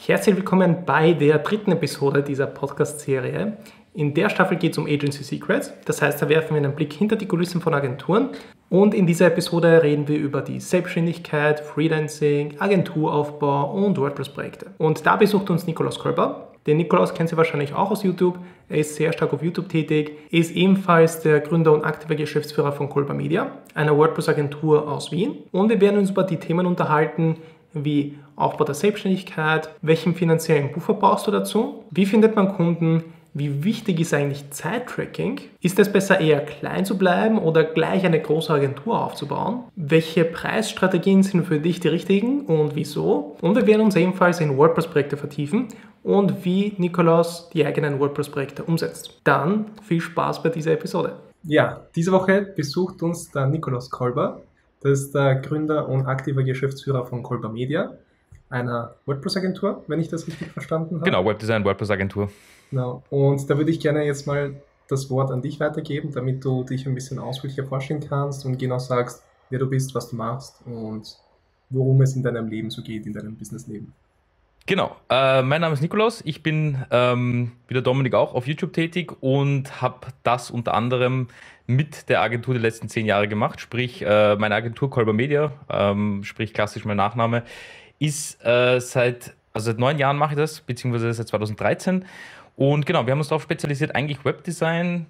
Herzlich willkommen bei der dritten Episode dieser Podcast-Serie. In der Staffel geht es um Agency Secrets, das heißt, da werfen wir einen Blick hinter die Kulissen von Agenturen. Und in dieser Episode reden wir über die Selbstständigkeit, Freelancing, Agenturaufbau und WordPress-Projekte. Und da besucht uns Nikolaus Kolber. Den Nikolaus kennen Sie wahrscheinlich auch aus YouTube. Er ist sehr stark auf YouTube tätig. Er ist ebenfalls der Gründer und aktiver Geschäftsführer von Kolber Media, einer WordPress-Agentur aus Wien. Und wir werden uns über die Themen unterhalten, wie Aufbau der Selbstständigkeit, welchen finanziellen Puffer brauchst du dazu, wie findet man Kunden, wie wichtig ist eigentlich Zeittracking, ist es besser eher klein zu bleiben oder gleich eine große Agentur aufzubauen, welche Preisstrategien sind für dich die richtigen und wieso, und wir werden uns ebenfalls in WordPress-Projekte vertiefen und wie Nikolaus die eigenen WordPress-Projekte umsetzt. Dann viel Spaß bei dieser Episode. Ja, diese Woche besucht uns der Nikolaus Kolber. Das ist der Gründer und aktiver Geschäftsführer von Kolber Media, einer WordPress-Agentur, wenn ich das richtig verstanden habe. Genau, Webdesign, WordPress-Agentur. Genau. Und da würde ich gerne jetzt mal das Wort an dich weitergeben, damit du dich ein bisschen ausführlicher vorstellen kannst und genau sagst, wer du bist, was du machst und worum es in deinem Leben so geht, in deinem Businessleben. Genau, mein Name ist Nikolaus, ich bin wie der Dominik auch auf YouTube tätig und habe das unter anderem mit der Agentur die letzten 10 Jahre gemacht, sprich meine Agentur Kolber Media, sprich klassisch mein Nachname, ist seit 9 Jahren mache ich das, beziehungsweise seit 2013 und genau, wir haben uns darauf spezialisiert, eigentlich Webdesign,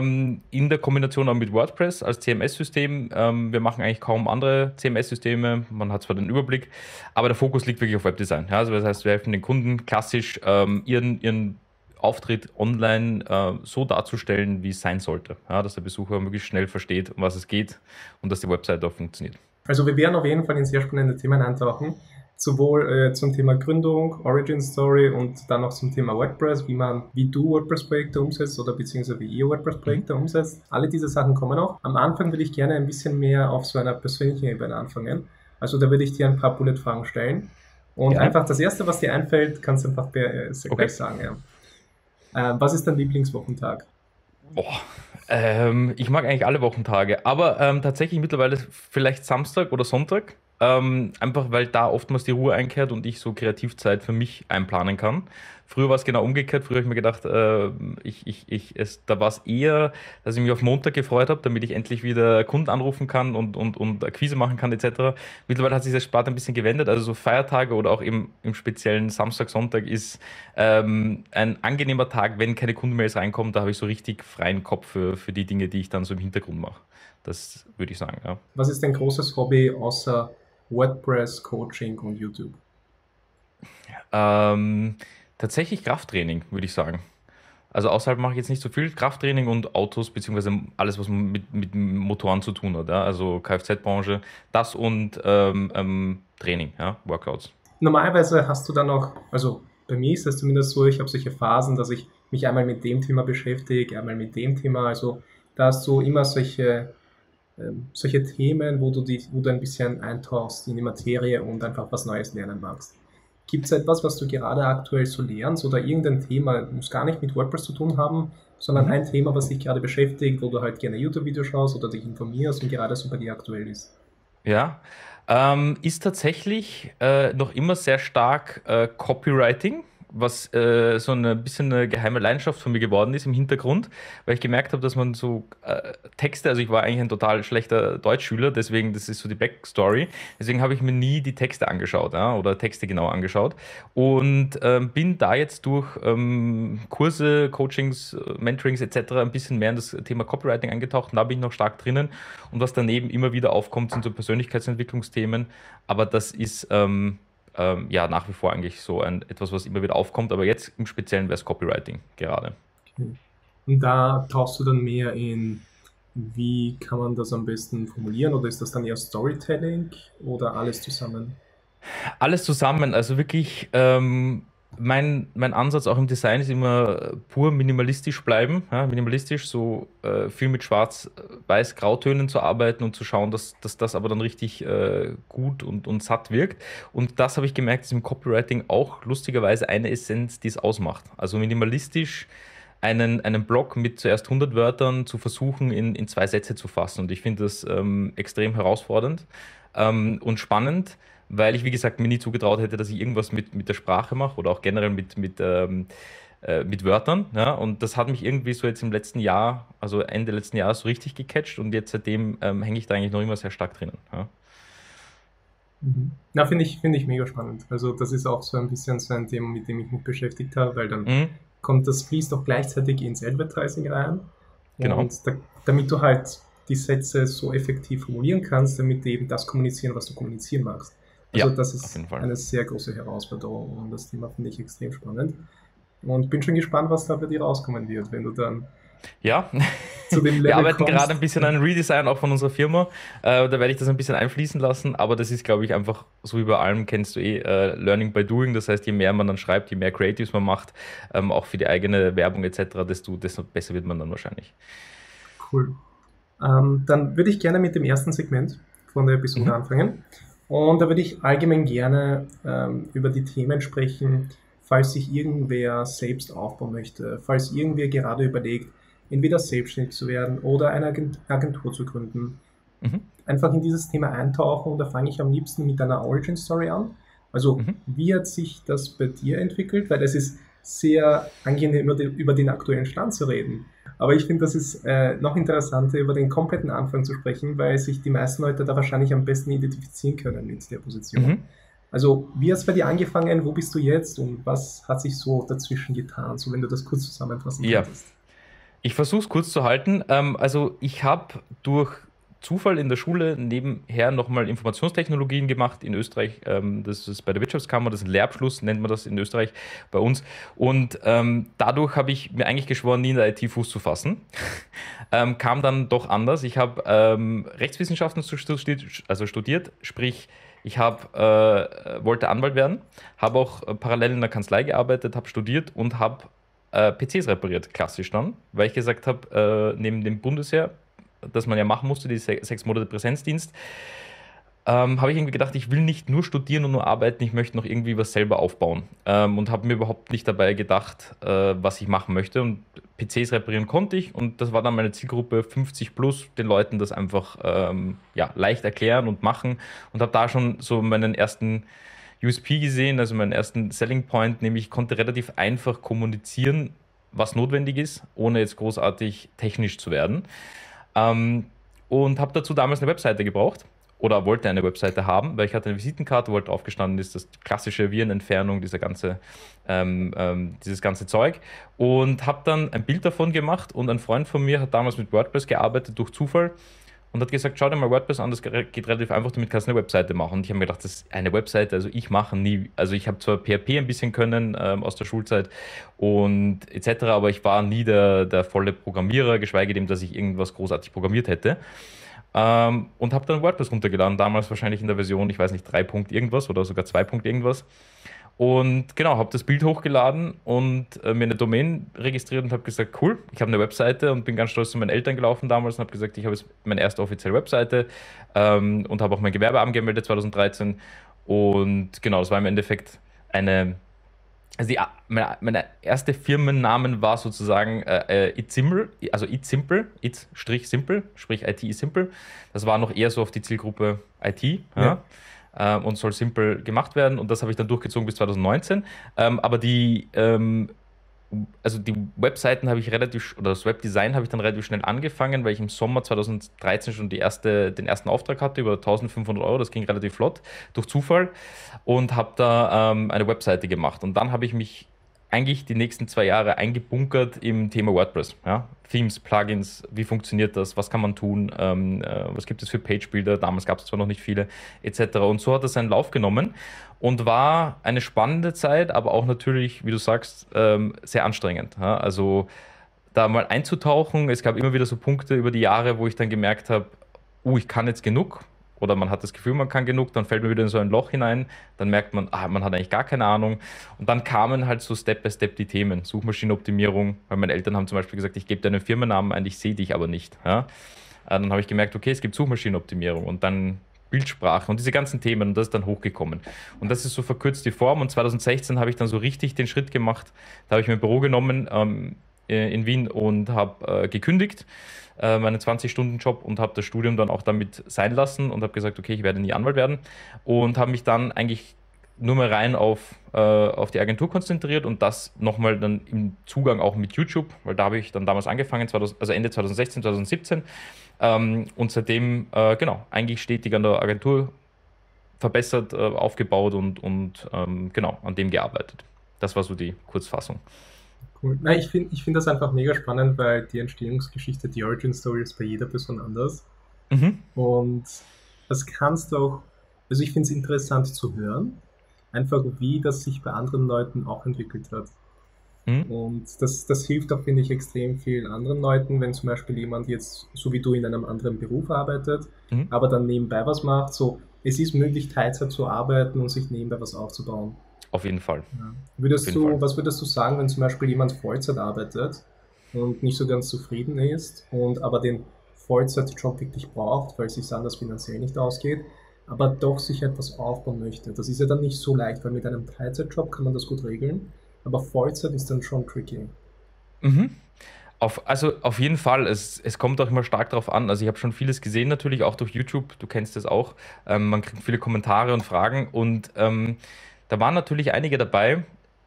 in der Kombination auch mit WordPress als CMS-System. Wir machen eigentlich kaum andere CMS-Systeme. Man hat zwar den Überblick, aber der Fokus liegt wirklich auf Webdesign. Ja, also das heißt, wir helfen den Kunden klassisch ihren Auftritt online so darzustellen, wie es sein sollte. Ja, dass der Besucher möglichst schnell versteht, um was es geht und dass die Website auch funktioniert. Also wir werden auf jeden Fall in sehr spannende Themen eintauchen. Sowohl zum Thema Gründung, Origin Story und dann auch zum Thema WordPress, wie du WordPress-Projekte umsetzt oder beziehungsweise wie ihr WordPress-Projekte umsetzt. Alle diese Sachen kommen auch. Am Anfang würde ich gerne ein bisschen mehr auf so einer persönlichen Ebene anfangen. Also da würde ich dir ein paar Bullet-Fragen stellen. Und einfach das Erste, was dir einfällt, kannst du einfach gleich sagen. Ja. Was ist dein Lieblingswochentag? Ich mag eigentlich alle Wochentage, aber tatsächlich mittlerweile vielleicht Samstag oder Sonntag. Einfach weil da oftmals die Ruhe einkehrt und ich so Kreativzeit für mich einplanen kann. Früher war es genau umgekehrt. Früher habe ich mir gedacht, da war es eher, dass ich mich auf Montag gefreut habe, damit ich endlich wieder Kunden anrufen kann und Akquise machen kann etc. Mittlerweile hat sich das Spart ein bisschen gewendet. Also so Feiertage oder auch im speziellen Samstag, Sonntag ist ein angenehmer Tag, wenn keine Kundenmails reinkommen. Da habe ich so richtig freien Kopf für die Dinge, die ich dann so im Hintergrund mache. Das würde ich sagen, ja. Was ist dein großes Hobby außer WordPress, Coaching und YouTube? Tatsächlich Krafttraining, würde ich sagen. Also außerhalb mache ich jetzt nicht so viel Krafttraining und Autos, beziehungsweise alles, was mit Motoren zu tun hat. Ja? Also Kfz-Branche, das und Training, ja? Workouts. Normalerweise hast du dann auch, also bei mir ist das zumindest so, ich habe solche Phasen, dass ich mich einmal mit dem Thema beschäftige, einmal mit dem Thema. Also da hast du immer solche Themen, wo du ein bisschen eintauchst in die Materie und einfach was Neues lernen magst. Gibt es etwas, was du gerade aktuell so lernst oder irgendein Thema, muss gar nicht mit WordPress zu tun haben, sondern ein Thema, was dich gerade beschäftigt, wo du halt gerne YouTube-Videos schaust oder dich informierst und gerade so bei dir aktuell ist? Ja, ist tatsächlich noch immer sehr stark Copywriting, was so ein bisschen eine geheime Leidenschaft von mir geworden ist im Hintergrund, weil ich gemerkt habe, dass man so Texte, also ich war eigentlich ein total schlechter Deutschschüler, deswegen, das ist so die Backstory, deswegen habe ich mir nie die Texte angeschaut, ja, oder Texte genau angeschaut und bin da jetzt durch Kurse, Coachings, Mentorings etc. ein bisschen mehr in das Thema Copywriting eingetaucht und da bin ich noch stark drinnen und was daneben immer wieder aufkommt, sind so Persönlichkeitsentwicklungsthemen, aber das ist ja, nach wie vor eigentlich so etwas, was immer wieder aufkommt, aber jetzt im Speziellen wäre es Copywriting gerade. Okay. Und da tauchst du dann mehr in, wie kann man das am besten formulieren, oder ist das dann eher Storytelling oder alles zusammen? Alles zusammen, also wirklich mein Ansatz auch im Design ist immer pur minimalistisch bleiben, ja, minimalistisch, so viel mit Schwarz-Weiß-Grautönen zu arbeiten und zu schauen, dass das aber dann richtig gut und satt wirkt. Und das habe ich gemerkt, ist im Copywriting auch lustigerweise eine Essenz, die es ausmacht. Also minimalistisch einen Blog mit zuerst 100 Wörtern zu versuchen, in 2 Sätze zu fassen. Und ich finde das extrem herausfordernd und spannend, weil ich, wie gesagt, mir nie zugetraut hätte, dass ich irgendwas mit der Sprache mache oder auch generell mit Wörtern. Ja? Und das hat mich irgendwie so jetzt im letzten Jahr, also Ende letzten Jahres, so richtig gecatcht und jetzt seitdem hänge ich da eigentlich noch immer sehr stark drinnen. Ja? Mhm. Na, finde ich mega spannend. Also das ist auch so ein bisschen so ein Thema, mit dem ich mich beschäftigt habe, weil dann Mhm, fließt auch gleichzeitig ins Advertising rein. genau. Und damit du halt die Sätze so effektiv formulieren kannst, damit die eben das kommunizieren, was du kommunizieren magst. Also Ja, das auf ist jeden Fall. eine sehr große Herausforderung und das Thema finde ich extrem spannend. Und bin schon gespannt, was da bei dir rauskommen wird, wenn du dann Ja, zu dem wir Level arbeiten gerade ein kommst. bisschen an einem Redesign auch von unserer Firma. Da werde ich das ein bisschen einfließen lassen, aber das ist, glaube ich, einfach so wie bei allem, kennst du Learning by Doing. Das heißt, je mehr man dann schreibt, je mehr Creatives man macht, auch für die eigene Werbung etc., desto besser wird man dann wahrscheinlich. Cool. Dann würde ich gerne mit dem ersten Segment von der Episode Mhm. anfangen. Und da würde ich allgemein gerne über die Themen sprechen, falls sich irgendwer selbst aufbauen möchte, falls irgendwer gerade überlegt, entweder selbstständig zu werden oder eine Agentur zu gründen. Mhm. Einfach in dieses Thema eintauchen und da fange ich am liebsten mit einer Origin Story an. Also Mhm. wie hat sich das bei dir entwickelt? Weil es ist sehr angenehm, über den aktuellen Stand zu reden. Aber ich finde, das ist noch interessanter, über den kompletten Anfang zu sprechen, weil sich die meisten Leute da wahrscheinlich am besten identifizieren können mit der Position. Mhm. Also, wie hat es bei dir angefangen? Wo bist du jetzt? Und was hat sich so dazwischen getan? So, wenn du das kurz zusammenfassen Ja, könntest. ich versuche es kurz zu halten. Also ich habe durch Zufall in der Schule nebenher nochmal Informationstechnologien gemacht in Österreich. Das ist bei der Wirtschaftskammer, das ist ein Lehrabschluss, nennt man das in Österreich bei uns. Und dadurch habe ich mir eigentlich geschworen, nie in der IT Fuß zu fassen. Kam dann doch anders. Ich habe Rechtswissenschaften studiert, sprich, wollte Anwalt werden, habe auch parallel in der Kanzlei gearbeitet, habe studiert und habe PCs repariert, klassisch dann, weil ich gesagt habe, neben dem Bundesheer, das man ja machen musste, die 6 Monate Präsenzdienst, habe ich irgendwie gedacht, ich will nicht nur studieren und nur arbeiten, ich möchte noch irgendwie was selber aufbauen. Und habe mir überhaupt nicht dabei gedacht, was ich machen möchte. Und PCs reparieren konnte ich und das war dann meine Zielgruppe 50 plus, den Leuten das einfach ja, leicht erklären und machen und habe da schon so meinen ersten USP gesehen, also meinen ersten Selling Point, nämlich ich konnte relativ einfach kommunizieren, was notwendig ist, ohne jetzt großartig technisch zu werden. Ähm, und habe dazu damals eine Webseite gebraucht oder wollte eine Webseite haben, weil ich hatte eine Visitenkarte, wo halt draufgestanden ist, das klassische Virenentfernung, dieses ganze Zeug. Und habe dann ein Bild davon gemacht und ein Freund von mir hat damals mit WordPress gearbeitet durch Zufall und hat gesagt, schau dir mal WordPress an, das geht relativ einfach, damit kannst du eine Webseite machen. Und ich habe mir gedacht, das ist eine Webseite, also ich mache nie, also ich habe zwar PHP ein bisschen können aus der Schulzeit und etc., aber ich war nie der volle Programmierer, geschweige dem, dass ich irgendwas großartig programmiert hätte. Und habe dann WordPress runtergeladen, damals wahrscheinlich in der Version, ich weiß nicht, 3 Punkt irgendwas oder sogar 2 Punkt irgendwas. Und genau, habe das Bild hochgeladen und mir eine Domain registriert und habe gesagt, cool, ich habe eine Webseite und bin ganz stolz zu meinen Eltern gelaufen damals und habe gesagt, ich habe jetzt meine erste offizielle Webseite und habe auch mein Gewerbe angemeldet 2013. Und genau, das war im Endeffekt eine, also meine erste Firmennamen war sozusagen It's Simple, also It's Simple, It's-Simple, sprich IT is Simple. Das war noch eher so auf die Zielgruppe IT, Ja. ja, und soll simpel gemacht werden. Und das habe ich dann durchgezogen bis 2019. Aber also die Webseiten habe ich oder das Webdesign habe ich dann relativ schnell angefangen, weil ich im Sommer 2013 schon den ersten Auftrag hatte über 1.500 Euro. Das ging relativ flott durch Zufall und habe da eine Webseite gemacht. Und dann habe ich mich eigentlich die nächsten 2 Jahre eingebunkert im Thema WordPress. Ja? Themes, Plugins, wie funktioniert das, was kann man tun, was gibt es für Page-Builder, damals gab es zwar noch nicht viele, etc. Und so hat es seinen Lauf genommen und war eine spannende Zeit, aber auch natürlich, wie du sagst, sehr anstrengend. Ja? Also da mal einzutauchen, es gab immer wieder so Punkte über die Jahre, wo ich dann gemerkt habe, ich kann jetzt genug. Oder man hat das Gefühl, man kann genug, dann fällt man wieder in so ein Loch hinein, dann merkt man, man hat eigentlich gar keine Ahnung. Und dann kamen halt so Step by Step die Themen. Suchmaschinenoptimierung, weil meine Eltern haben zum Beispiel gesagt, ich gebe deinen Firmennamen ein, ich sehe dich aber nicht. Ja? Dann habe ich gemerkt, okay, es gibt Suchmaschinenoptimierung und dann Bildsprache und diese ganzen Themen und das ist dann hochgekommen. Und das ist so verkürzt die Form und 2016 habe ich dann so richtig den Schritt gemacht. Da habe ich mir ein Büro genommen in Wien und habe gekündigt, meinen 20-Stunden-Job und habe das Studium dann auch damit sein lassen und habe gesagt, okay, ich werde nie Anwalt werden und habe mich dann eigentlich nur mal rein auf die Agentur konzentriert und das nochmal dann im Zugang auch mit YouTube, weil da habe ich dann damals angefangen, also Ende 2016, 2017 und seitdem, genau, eigentlich stetig an der Agentur verbessert, aufgebaut und genau, an dem gearbeitet. Das war so die Kurzfassung. Cool. Nein, ich find das einfach mega spannend, weil die Entstehungsgeschichte, die Origin Story ist bei jeder Person anders. Mhm. Und das kannst du auch, also ich finde es interessant zu hören, einfach wie das sich bei anderen Leuten auch entwickelt hat. Mhm. Und das hilft auch, finde ich, extrem vielen anderen Leuten, wenn zum Beispiel jemand jetzt, so wie du, in einem anderen Beruf arbeitet, Mhm. aber dann nebenbei was macht. So, es ist möglich, Teilzeit zu arbeiten und sich nebenbei was aufzubauen. Auf jeden Fall. Ja. Auf jeden Fall. Was würdest du sagen, wenn zum Beispiel jemand Vollzeit arbeitet und nicht so ganz zufrieden ist und aber den Vollzeitjob wirklich braucht, weil es sich anders finanziell nicht ausgeht, aber doch sich etwas aufbauen möchte? Das ist ja dann nicht so leicht, weil mit einem Teilzeitjob kann man das gut regeln, aber Vollzeit ist dann schon tricky. Mhm. Also auf jeden Fall, es kommt auch immer stark darauf an. Also ich habe schon vieles gesehen, natürlich auch durch YouTube, du kennst das auch. Man kriegt viele Kommentare und Fragen und da waren natürlich einige dabei,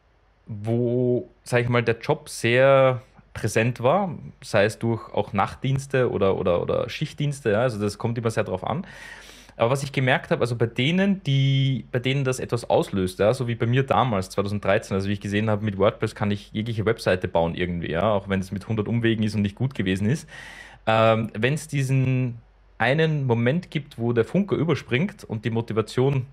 wo, sage ich mal, der Job sehr präsent war, sei es durch auch Nachtdienste oder Schichtdienste, ja, also das kommt immer sehr drauf an. Aber was ich gemerkt habe, also bei denen das etwas auslöst, ja, so wie bei mir damals, 2013, also wie ich gesehen habe, mit WordPress kann ich jegliche Webseite bauen irgendwie, ja, auch wenn es mit 100 Umwegen ist und nicht gut gewesen ist. Wenn es diesen einen Moment gibt, wo der Funke überspringt und die Motivation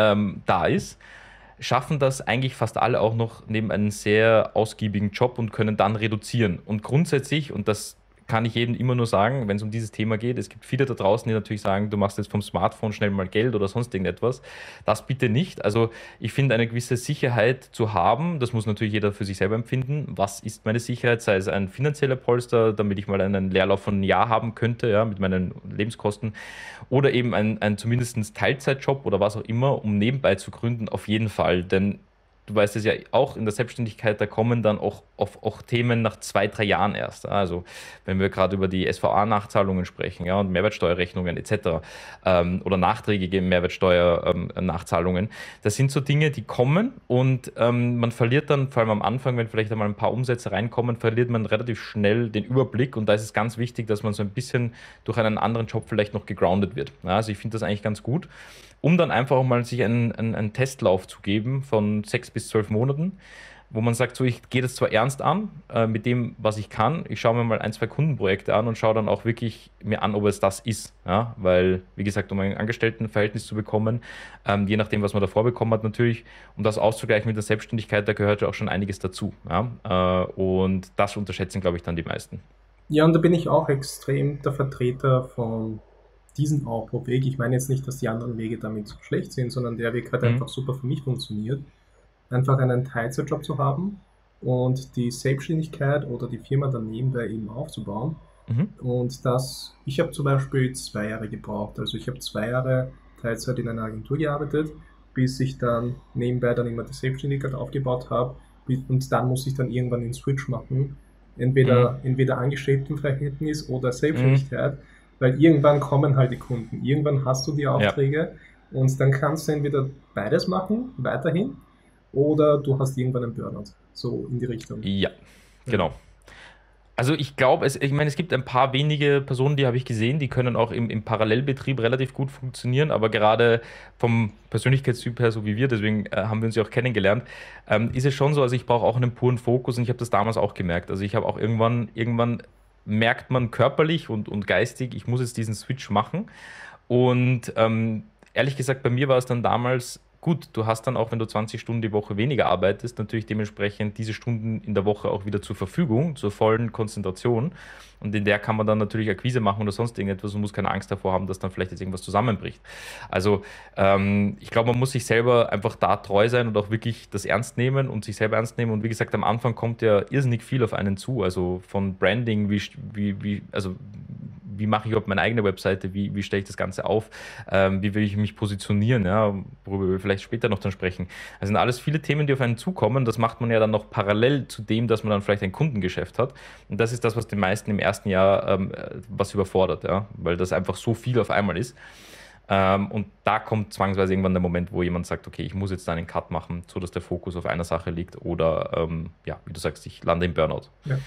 da ist, schaffen das eigentlich fast alle auch noch neben einem sehr ausgiebigen Job und können dann reduzieren. Und grundsätzlich, und das kann ich jedem immer nur sagen, wenn es um dieses Thema geht, es gibt viele da draußen, die natürlich sagen, du machst jetzt vom Smartphone schnell mal Geld oder sonst irgendetwas. Das bitte nicht. Also ich finde, eine gewisse Sicherheit zu haben, das muss natürlich jeder für sich selber empfinden. Was ist meine Sicherheit? Sei es ein finanzieller Polster, damit ich mal einen Leerlauf von einem Jahr haben könnte, ja, mit meinen Lebenskosten oder eben ein zumindest Teilzeitjob oder was auch immer, um nebenbei zu gründen, auf jeden Fall. Denn du weißt es ja auch in der Selbstständigkeit, da kommen dann auch Themen nach 2, 3 Jahren erst. Also wenn wir gerade über die SVA-Nachzahlungen sprechen, ja, und Mehrwertsteuerrechnungen etc. Oder nachträgige Mehrwertsteuer-Nachzahlungen, das sind so Dinge, die kommen und man verliert dann, vor allem am Anfang, wenn vielleicht einmal ein paar Umsätze reinkommen, verliert man relativ schnell den Überblick und da ist es ganz wichtig, dass man so ein bisschen durch einen anderen Job vielleicht noch gegroundet wird. Ja, also ich finde das eigentlich ganz gut, um dann einfach auch mal sich einen Testlauf zu geben von 6 bis 12 Monaten, wo man sagt, so, ich gehe das zwar ernst an, mit dem, was ich kann, ich schaue mir mal 1, 2 Kundenprojekte an und schaue dann auch wirklich mir an, ob es das ist. Ja? Weil, wie gesagt, um ein Angestelltenverhältnis zu bekommen, je nachdem, was man davor bekommen hat natürlich, um das auszugleichen mit der Selbstständigkeit, da gehört ja auch schon einiges dazu. Ja? Und das unterschätzen, glaube ich, dann die meisten. Ja, und da bin ich auch extrem der Vertreter von diesem Aufbauveg. Ich meine jetzt nicht, dass die anderen Wege damit schlecht sind, sondern der Weg hat Mhm. einfach super für mich funktioniert. Einfach einen Teilzeitjob zu haben und die Selbstständigkeit oder die Firma dann nebenbei eben aufzubauen. Mhm. Und ich habe zum Beispiel 2 Jahre gebraucht. Also ich habe 2 Jahre Teilzeit in einer Agentur gearbeitet, bis ich dann nebenbei dann immer die Selbstständigkeit aufgebaut habe. Und dann muss ich dann irgendwann den Switch machen. Mhm. Entweder Angestelltenverhältnis oder Mhm. Selbstständigkeit, weil irgendwann kommen halt die Kunden. Irgendwann hast du die Ja, Aufträge und dann kannst du entweder beides machen, weiterhin, oder du hast irgendwann einen Burnout. So in die Richtung. ja, Ja. genau. Also ich glaube, ich meine, es gibt ein paar wenige Personen, die habe ich gesehen, die können auch im Parallelbetrieb relativ gut funktionieren, aber gerade vom Persönlichkeitstyp her, so wie wir, deswegen haben wir uns ja auch kennengelernt, ist es schon so, also ich brauche auch einen puren Fokus und ich habe das damals auch gemerkt. Also ich habe auch irgendwann merkt man körperlich und geistig, ich muss jetzt diesen Switch machen. Und ehrlich gesagt, bei mir war es dann damals gut. Du hast dann auch, wenn du 20 Stunden die Woche weniger arbeitest, natürlich dementsprechend diese Stunden in der Woche auch wieder zur Verfügung, zur vollen Konzentration. Und in der kann man dann natürlich Akquise machen oder sonst irgendetwas und muss keine Angst davor haben, dass dann vielleicht jetzt irgendwas zusammenbricht. Also ich glaube, man muss sich selber einfach da treu sein und auch wirklich das ernst nehmen und sich selber ernst nehmen. Und wie gesagt, am Anfang kommt ja irrsinnig viel auf einen zu. Also von Branding, also wie mache ich überhaupt meine eigene Webseite, wie stelle ich das Ganze auf, wie will ich mich positionieren, ja, worüber wir vielleicht später noch dann sprechen. Das sind alles viele Themen, die auf einen zukommen. Das macht man ja dann noch parallel zu dem, dass man dann vielleicht ein Kundengeschäft hat. Und das ist das, was den meisten im ersten Jahr was überfordert, ja, weil das einfach so viel auf einmal ist. Und da kommt zwangsweise irgendwann der Moment, wo jemand sagt, okay, ich muss jetzt da einen Cut machen, so dass der Fokus auf einer Sache liegt oder, ja, wie du sagst, ich lande im Burnout. Ja.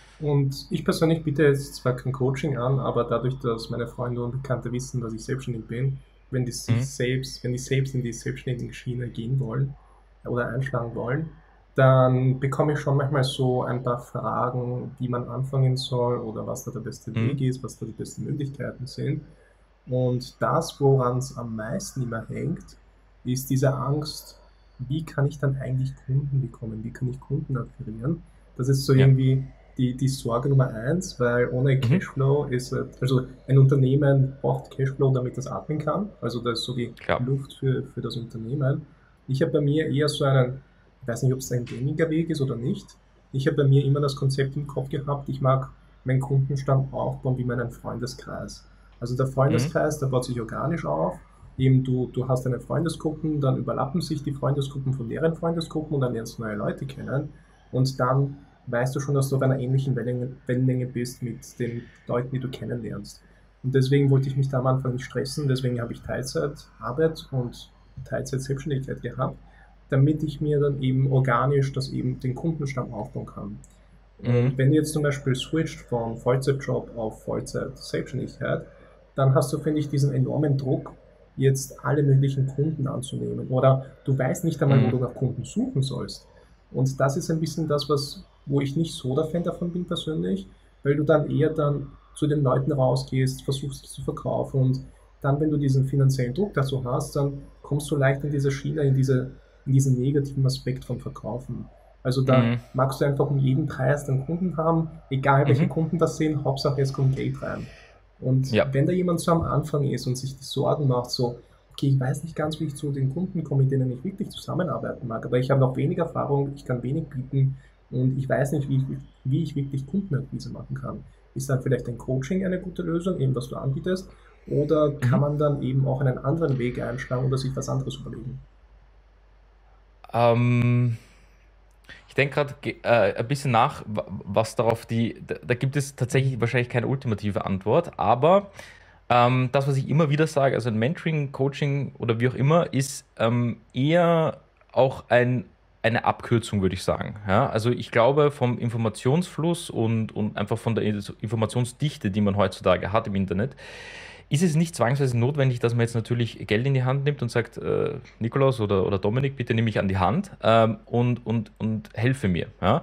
Und ich persönlich biete jetzt zwar kein Coaching an, aber dadurch, dass meine Freunde und Bekannte wissen, dass ich selbstständig bin, wenn die selbst in die selbstständigen Schiene gehen wollen oder einschlagen wollen, dann bekomme ich schon manchmal so ein paar Fragen, wie man anfangen soll oder was da der beste Weg ist, was da die besten Möglichkeiten sind. Und das, woran es am meisten immer hängt, ist diese Angst, wie kann ich dann eigentlich Kunden bekommen, wie kann ich Kunden akquirieren. Das ist so Ja. irgendwie die Sorge Nummer eins, weil ohne Cashflow ist also ein Unternehmen braucht Cashflow, damit das atmen kann. Also das ist so die Klar. Luft für das Unternehmen. Ich habe bei mir eher so einen, ich weiß nicht, ob es ein gängiger Weg ist oder nicht. Ich habe bei mir immer das Konzept im Kopf gehabt, ich mag meinen Kundenstamm aufbauen wie meinen Freundeskreis. Also der Freundeskreis, der baut sich organisch auf. Eben du hast deine Freundesgruppen, dann überlappen sich die Freundesgruppen von deren Freundesgruppen und dann lernst du neue Leute kennen. Und dann weißt du schon, dass du auf einer ähnlichen Wellenlänge bist mit den Leuten, die du kennenlernst. Und deswegen wollte ich mich da am Anfang nicht stressen, deswegen habe ich Teilzeitarbeit und Teilzeit-Selbstständigkeit gehabt, damit ich mir dann eben organisch das eben den Kundenstamm aufbauen kann. Und wenn du jetzt zum Beispiel switcht von Vollzeitjob auf Vollzeit-Selbstständigkeit, dann hast du, finde ich, diesen enormen Druck, jetzt alle möglichen Kunden anzunehmen. Oder du weißt nicht einmal, wo du nach Kunden suchen sollst. Und das ist ein bisschen das, wo ich nicht so der Fan davon bin persönlich, weil du dann eher dann zu den Leuten rausgehst, versuchst zu verkaufen und dann, wenn du diesen finanziellen Druck dazu hast, dann kommst du leicht in diese Schiene, in diesen negativen Aspekt von Verkaufen. Also da magst du einfach um jeden Preis den Kunden haben, egal welche Kunden das sind, Hauptsache es kommt Geld rein. Und wenn da jemand so am Anfang ist und sich die Sorgen macht, so, okay, ich weiß nicht ganz, wie ich zu den Kunden komme, mit denen ich wirklich zusammenarbeiten mag, aber ich habe noch wenig Erfahrung, ich kann wenig bieten und ich weiß nicht, wie ich wirklich Kundenakquise machen kann. Ist dann vielleicht ein Coaching eine gute Lösung, eben was du anbietest, oder kann man dann eben auch einen anderen Weg einschlagen oder sich was anderes überlegen? Ich denke gerade ein bisschen nach, was darauf da gibt es tatsächlich wahrscheinlich keine ultimative Antwort, aber das, was ich immer wieder sage, also ein Mentoring, Coaching oder wie auch immer, ist eher auch eine Abkürzung, würde ich sagen. Ja? Also ich glaube, vom Informationsfluss und einfach von der Informationsdichte, die man heutzutage hat im Internet, ist es nicht zwangsweise notwendig, dass man jetzt natürlich Geld in die Hand nimmt und sagt, Nikolaus oder Dominik, bitte nimm mich an die Hand und helfe mir. Ja?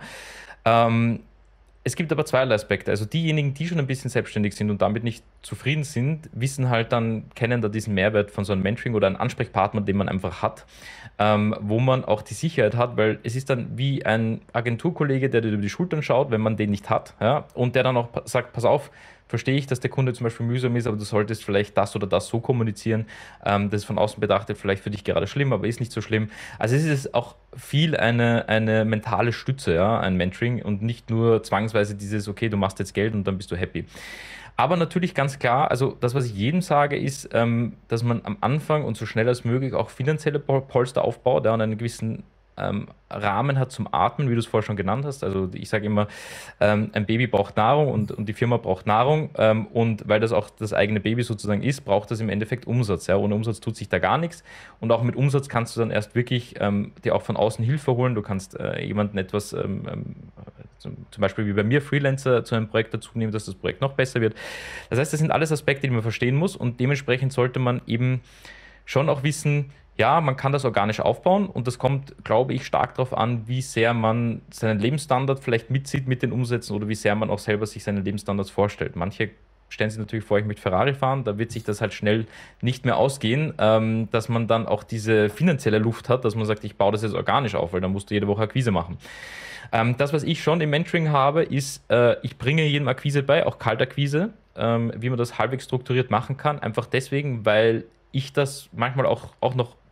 Es gibt aber zweierlei Aspekte. Also diejenigen, die schon ein bisschen selbstständig sind und damit nicht zufrieden sind, wissen halt dann, kennen da diesen Mehrwert von so einem Mentoring oder einem Ansprechpartner, den man einfach hat, wo man auch die Sicherheit hat, weil es ist dann wie ein Agenturkollege, der dir über die Schultern schaut, wenn man den nicht hat, ja, und der dann auch sagt, pass auf, verstehe ich, dass der Kunde zum Beispiel mühsam ist, aber du solltest vielleicht das oder das so kommunizieren. Das ist von außen betrachtet vielleicht für dich gerade schlimm, aber ist nicht so schlimm. Also es ist auch viel eine mentale Stütze, ja, ein Mentoring und nicht nur zwangsweise dieses, okay, du machst jetzt Geld und dann bist du happy. Aber natürlich ganz klar, also das, was ich jedem sage, ist, dass man am Anfang und so schnell als möglich auch finanzielle Polster aufbaut, ja, und einen gewissen Rahmen hat zum Atmen, wie du es vorher schon genannt hast. Also ich sage immer, ein Baby braucht Nahrung und die Firma braucht Nahrung. Und weil das auch das eigene Baby sozusagen ist, braucht das im Endeffekt Umsatz. Ja? Ohne Umsatz tut sich da gar nichts. Und auch mit Umsatz kannst du dann erst wirklich dir auch von außen Hilfe holen. Du kannst jemanden etwas, zum Beispiel wie bei mir, Freelancer zu einem Projekt dazu nehmen, dass das Projekt noch besser wird. Das heißt, das sind alles Aspekte, die man verstehen muss. Und dementsprechend sollte man eben schon auch wissen, ja, man kann das organisch aufbauen und das kommt, glaube ich, stark darauf an, wie sehr man seinen Lebensstandard vielleicht mitzieht mit den Umsätzen oder wie sehr man auch selber sich seine Lebensstandards vorstellt. Manche stellen sich natürlich vor, ich möchte Ferrari fahren, da wird sich das halt schnell nicht mehr ausgehen, dass man dann auch diese finanzielle Luft hat, dass man sagt, ich baue das jetzt organisch auf, weil dann musst du jede Woche Akquise machen. Das, was ich schon im Mentoring habe, ist, ich bringe jedem Akquise bei, auch Kaltakquise, wie man das halbwegs strukturiert machen kann, einfach deswegen, weil ich das manchmal auch noch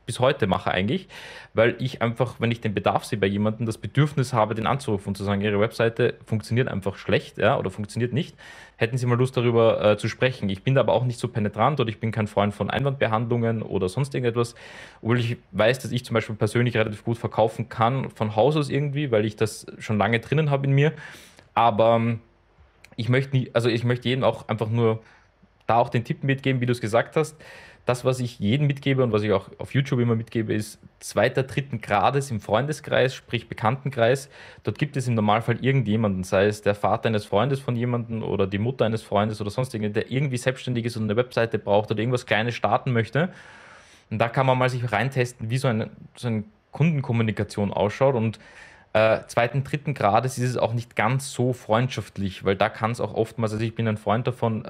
bis heute mache eigentlich, weil ich einfach, wenn ich den Bedarf sehe bei jemandem, das Bedürfnis habe, den anzurufen und zu sagen, Ihre Webseite funktioniert einfach schlecht, ja, oder funktioniert nicht. Hätten Sie mal Lust darüber zu sprechen? Ich bin da aber auch nicht so penetrant oder ich bin kein Freund von Einwandbehandlungen oder sonst irgendetwas, obwohl ich weiß, dass ich zum Beispiel persönlich relativ gut verkaufen kann, von Haus aus irgendwie, weil ich das schon lange drinnen habe in mir. Aber ich möchte nie, also ich möchte jedem auch einfach nur da auch den Tipp mitgeben, wie du es gesagt hast. Das, was ich jedem mitgebe und was ich auch auf YouTube immer mitgebe, ist zweiter, dritten Grades im Freundeskreis, sprich Bekanntenkreis. Dort gibt es im Normalfall irgendjemanden, sei es der Vater eines Freundes von jemandem oder die Mutter eines Freundes oder sonst irgendjemand, der irgendwie selbstständig ist und eine Webseite braucht oder irgendwas Kleines starten möchte. Und da kann man mal sich reintesten, wie so eine Kundenkommunikation ausschaut. Und zweiten, dritten Grades ist es auch nicht ganz so freundschaftlich, weil da kann es auch oftmals, also ich bin ein Freund davon,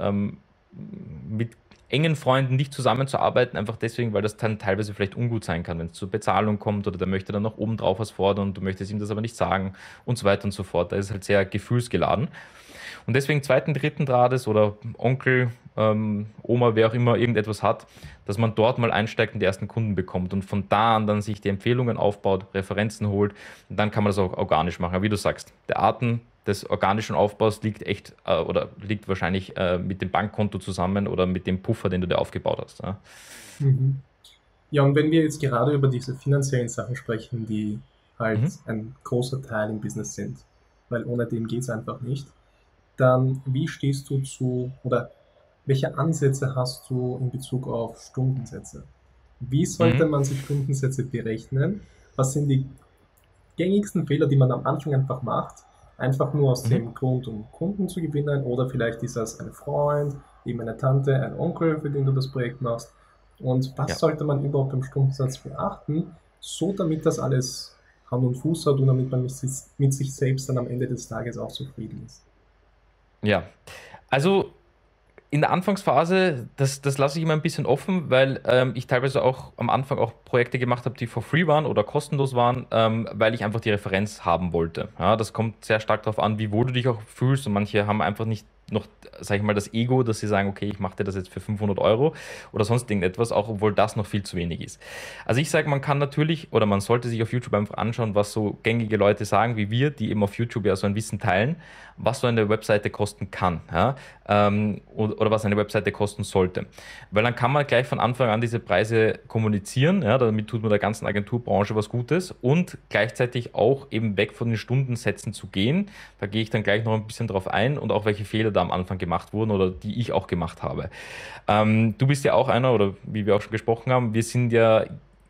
mit engen Freunden nicht zusammenzuarbeiten, einfach deswegen, weil das dann teilweise vielleicht ungut sein kann, wenn es zur Bezahlung kommt oder der möchte dann noch oben drauf was fordern und du möchtest ihm das aber nicht sagen und so weiter und so fort. Da ist es halt sehr gefühlsgeladen. Und deswegen zweiten, dritten Grades oder Onkel, Oma, wer auch immer irgendetwas hat, dass man dort mal einsteigt und die ersten Kunden bekommt und von da an dann sich die Empfehlungen aufbaut, Referenzen holt und dann kann man das auch organisch machen. Aber wie du sagst, der Arten des organischen Aufbaus liegt echt oder liegt wahrscheinlich mit dem Bankkonto zusammen oder mit dem Puffer, den du dir aufgebaut hast. Ja. Mhm. Ja, und wenn wir jetzt gerade über diese finanziellen Sachen sprechen, die halt Mhm. ein großer Teil im Business sind, weil ohne den geht es einfach nicht, dann wie stehst du zu oder welche Ansätze hast du in Bezug auf Stundensätze? Wie sollte Mhm. man sich Stundensätze berechnen? Was sind die gängigsten Fehler, die man am Anfang einfach macht? Einfach nur aus Mhm. dem Grund, um Kunden zu gewinnen, oder vielleicht ist das ein Freund, eben eine Tante, ein Onkel, für den du das Projekt machst. Und was Ja. sollte man überhaupt beim Stundensatz beachten, so damit das alles Hand und Fuß hat und damit man mit sich selbst dann am Ende des Tages auch zufrieden ist? Ja. Also in der Anfangsphase, das lasse ich immer ein bisschen offen, weil ich teilweise auch am Anfang auch Projekte gemacht habe, die for free waren oder kostenlos waren, weil ich einfach die Referenz haben wollte. Ja, das kommt sehr stark darauf an, wie wohl du dich auch fühlst und manche haben einfach nicht noch, sag ich mal, das Ego, dass sie sagen, okay, ich mache dir das jetzt für 500 € oder sonst irgendetwas, auch obwohl das noch viel zu wenig ist. Also ich sage, man kann natürlich oder man sollte sich auf YouTube einfach anschauen, was so gängige Leute sagen, wie wir, die eben auf YouTube ja so ein Wissen teilen, was so eine Webseite kosten kann. Ja? Oder was eine Webseite kosten sollte. Weil dann kann man gleich von Anfang an diese Preise kommunizieren, ja, damit tut man der ganzen Agenturbranche was Gutes und gleichzeitig auch eben weg von den Stundensätzen zu gehen. Da gehe ich dann gleich noch ein bisschen drauf ein und auch welche Fehler da am Anfang gemacht wurden oder die ich auch gemacht habe. Du bist ja auch einer, oder wie wir auch schon gesprochen haben, wir sind ja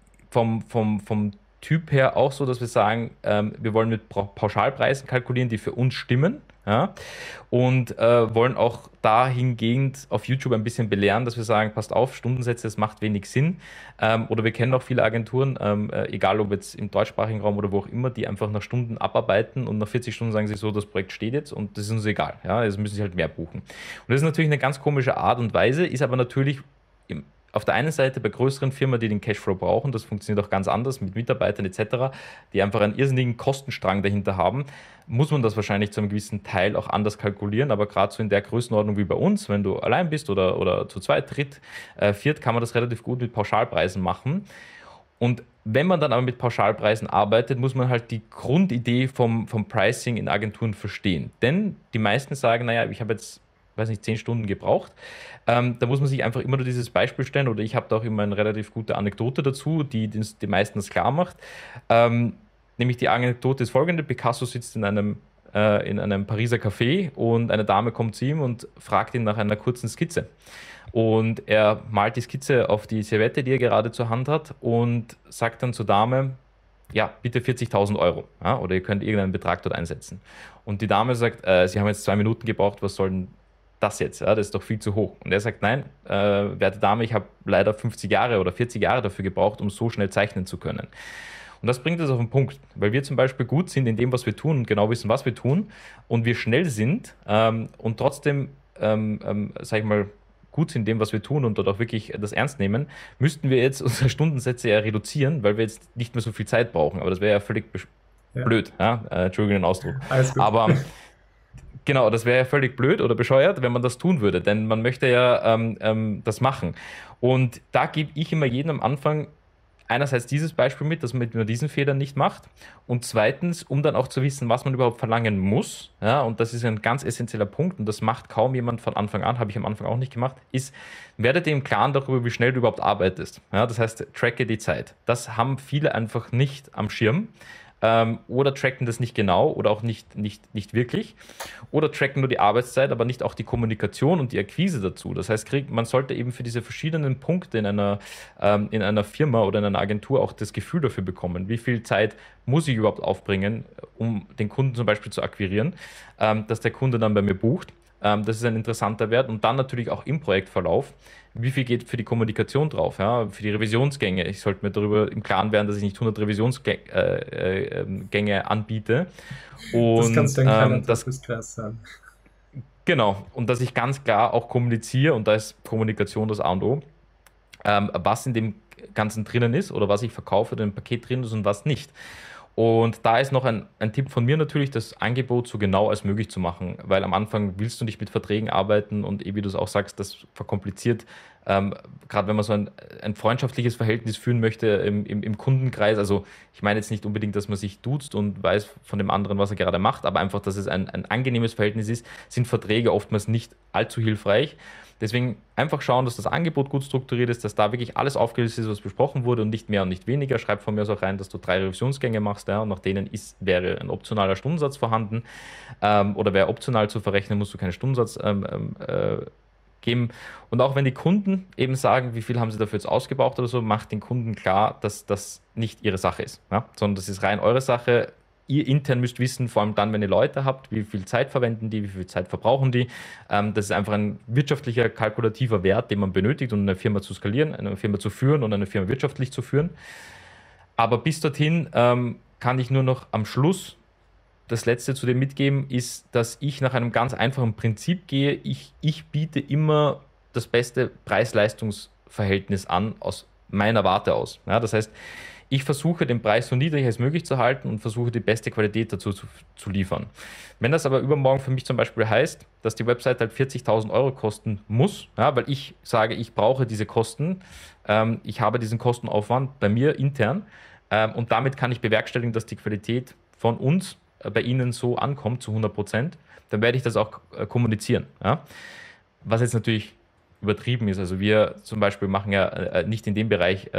vom Typ her auch so, dass wir sagen, wir wollen mit Pauschalpreisen kalkulieren, die für uns stimmen. Ja? Und wollen auch dahingehend auf YouTube ein bisschen belehren, dass wir sagen, passt auf, Stundensätze, das macht wenig Sinn. Oder wir kennen auch viele Agenturen, egal ob jetzt im deutschsprachigen Raum oder wo auch immer, die einfach nach Stunden abarbeiten und nach 40 Stunden sagen sie so, das Projekt steht jetzt und das ist uns egal. Ja? Jetzt müssen sie halt mehr buchen. Und das ist natürlich eine ganz komische Art und Weise, ist aber natürlich auf der einen Seite bei größeren Firmen, die den Cashflow brauchen, das funktioniert auch ganz anders mit Mitarbeitern etc., die einfach einen irrsinnigen Kostenstrang dahinter haben, muss man das wahrscheinlich zu einem gewissen Teil auch anders kalkulieren. Aber gerade so in der Größenordnung wie bei uns, wenn du allein bist oder zu zweit, dritt, viert, kann man das relativ gut mit Pauschalpreisen machen. Und wenn man dann aber mit Pauschalpreisen arbeitet, muss man halt die Grundidee vom Pricing in Agenturen verstehen. Denn die meisten sagen, naja, ich habe jetzt, weiß nicht, 10 Stunden gebraucht. Da muss man sich einfach immer nur dieses Beispiel stellen, oder ich habe da auch immer eine relativ gute Anekdote dazu, die den meisten das klar macht. Ähm, Nämlich die Anekdote ist folgende: Picasso sitzt in einem Pariser Café und eine Dame kommt zu ihm und fragt ihn nach einer kurzen Skizze. Und er malt die Skizze auf die Servette, die er gerade zur Hand hat, und sagt dann zur Dame, ja, bitte 40.000 €. Ja, oder ihr könnt irgendeinen Betrag dort einsetzen. Und die Dame sagt, Sie haben jetzt 2 Minuten gebraucht, was soll denn das jetzt? Ja, das ist doch viel zu hoch. Und er sagt, nein, werte Dame, ich habe leider 50 Jahre oder 40 Jahre dafür gebraucht, um so schnell zeichnen zu können. Und das bringt es auf den Punkt, weil wir zum Beispiel gut sind in dem, was wir tun und genau wissen, was wir tun und wir schnell sind und trotzdem, sag ich mal, gut sind in dem, was wir tun und dort auch wirklich das ernst nehmen, müssten wir jetzt unsere Stundensätze ja reduzieren, weil wir jetzt nicht mehr so viel Zeit brauchen. Aber das wäre ja völlig Ja, blöd, ja? Entschuldigung den Ausdruck. alles gut. Aber genau, das wäre ja völlig blöd oder bescheuert, wenn man das tun würde, denn man möchte ja das machen. Und da gebe ich immer jedem am Anfang einerseits dieses Beispiel mit, dass man diesen Fehler nicht macht und zweitens, um dann auch zu wissen, was man überhaupt verlangen muss, ja, und das ist ein ganz essentieller Punkt und das macht kaum jemand von Anfang an, habe ich am Anfang auch nicht gemacht, ist, werde dir im Klaren darüber, wie schnell du überhaupt arbeitest. Ja, das heißt, tracke die Zeit. Das haben viele einfach nicht am Schirm. Oder tracken das nicht genau oder auch nicht wirklich. Oder tracken nur die Arbeitszeit, aber nicht auch die Kommunikation und die Akquise dazu. Das heißt, man sollte eben für diese verschiedenen Punkte in einer Firma oder in einer Agentur auch das Gefühl dafür bekommen, wie viel Zeit muss ich überhaupt aufbringen, um den Kunden zum Beispiel zu akquirieren, dass der Kunde dann bei mir bucht. Das ist ein interessanter Wert. Und dann natürlich auch im Projektverlauf, wie viel geht für die Kommunikation drauf, ja? Für die Revisionsgänge. Ich sollte mir darüber im Klaren werden, dass ich nicht 100 Revisionsgänge anbiete. Und das kannst du ein kleiner Teufelskreis sein. Genau. Und dass ich ganz klar auch kommuniziere, und da ist Kommunikation das A und O, was in dem Ganzen drinnen ist oder was ich verkaufe oder im Paket drin ist und was nicht. Und da ist noch ein Tipp von mir natürlich, das Angebot so genau als möglich zu machen, weil am Anfang willst du nicht mit Verträgen arbeiten und wie du es auch sagst, das verkompliziert. Gerade wenn man so ein freundschaftliches Verhältnis führen möchte im Kundenkreis, also ich meine jetzt nicht unbedingt, dass man sich duzt und weiß von dem anderen, was er gerade macht, aber einfach, dass es ein angenehmes Verhältnis ist, sind Verträge oftmals nicht allzu hilfreich. Deswegen einfach schauen, dass das Angebot gut strukturiert ist, dass da wirklich alles aufgelistet ist, was besprochen wurde und nicht mehr und nicht weniger. Schreib von mir aus auch rein, dass du 3 Revisionsgänge machst, ja, und nach denen wäre ein optionaler Stundensatz vorhanden oder wäre optional zu verrechnen, musst du keinen Stundensatz geben. Und auch wenn die Kunden eben sagen, wie viel haben sie dafür jetzt ausgebraucht oder so, macht den Kunden klar, dass das nicht ihre Sache ist, ja, sondern das ist rein eure Sache. Ihr intern müsst wissen, vor allem dann, wenn ihr Leute habt, wie viel Zeit verwenden die, wie viel Zeit verbrauchen die. Das ist einfach ein wirtschaftlicher, kalkulativer Wert, den man benötigt, um eine Firma zu skalieren, eine Firma zu führen und eine Firma wirtschaftlich zu führen. Aber bis dorthin kann ich nur noch am Schluss das Letzte zu dem mitgeben, ist, dass ich nach einem ganz einfachen Prinzip gehe. Ich biete immer das beste Preis-Leistungs-Verhältnis an, aus meiner Warte aus. Ja, das heißt, ich versuche, den Preis so niedrig als möglich zu halten und versuche, die beste Qualität dazu zu liefern. Wenn das aber übermorgen für mich zum Beispiel heißt, dass die Website halt 40.000 Euro kosten muss, ja, weil ich sage, ich brauche diese Kosten, ich habe diesen Kostenaufwand bei mir intern und damit kann ich bewerkstelligen, dass die Qualität von uns bei Ihnen so ankommt zu 100%, dann werde ich das auch kommunizieren. Ja? Was jetzt natürlich übertrieben ist. Also wir zum Beispiel machen ja nicht in dem Bereich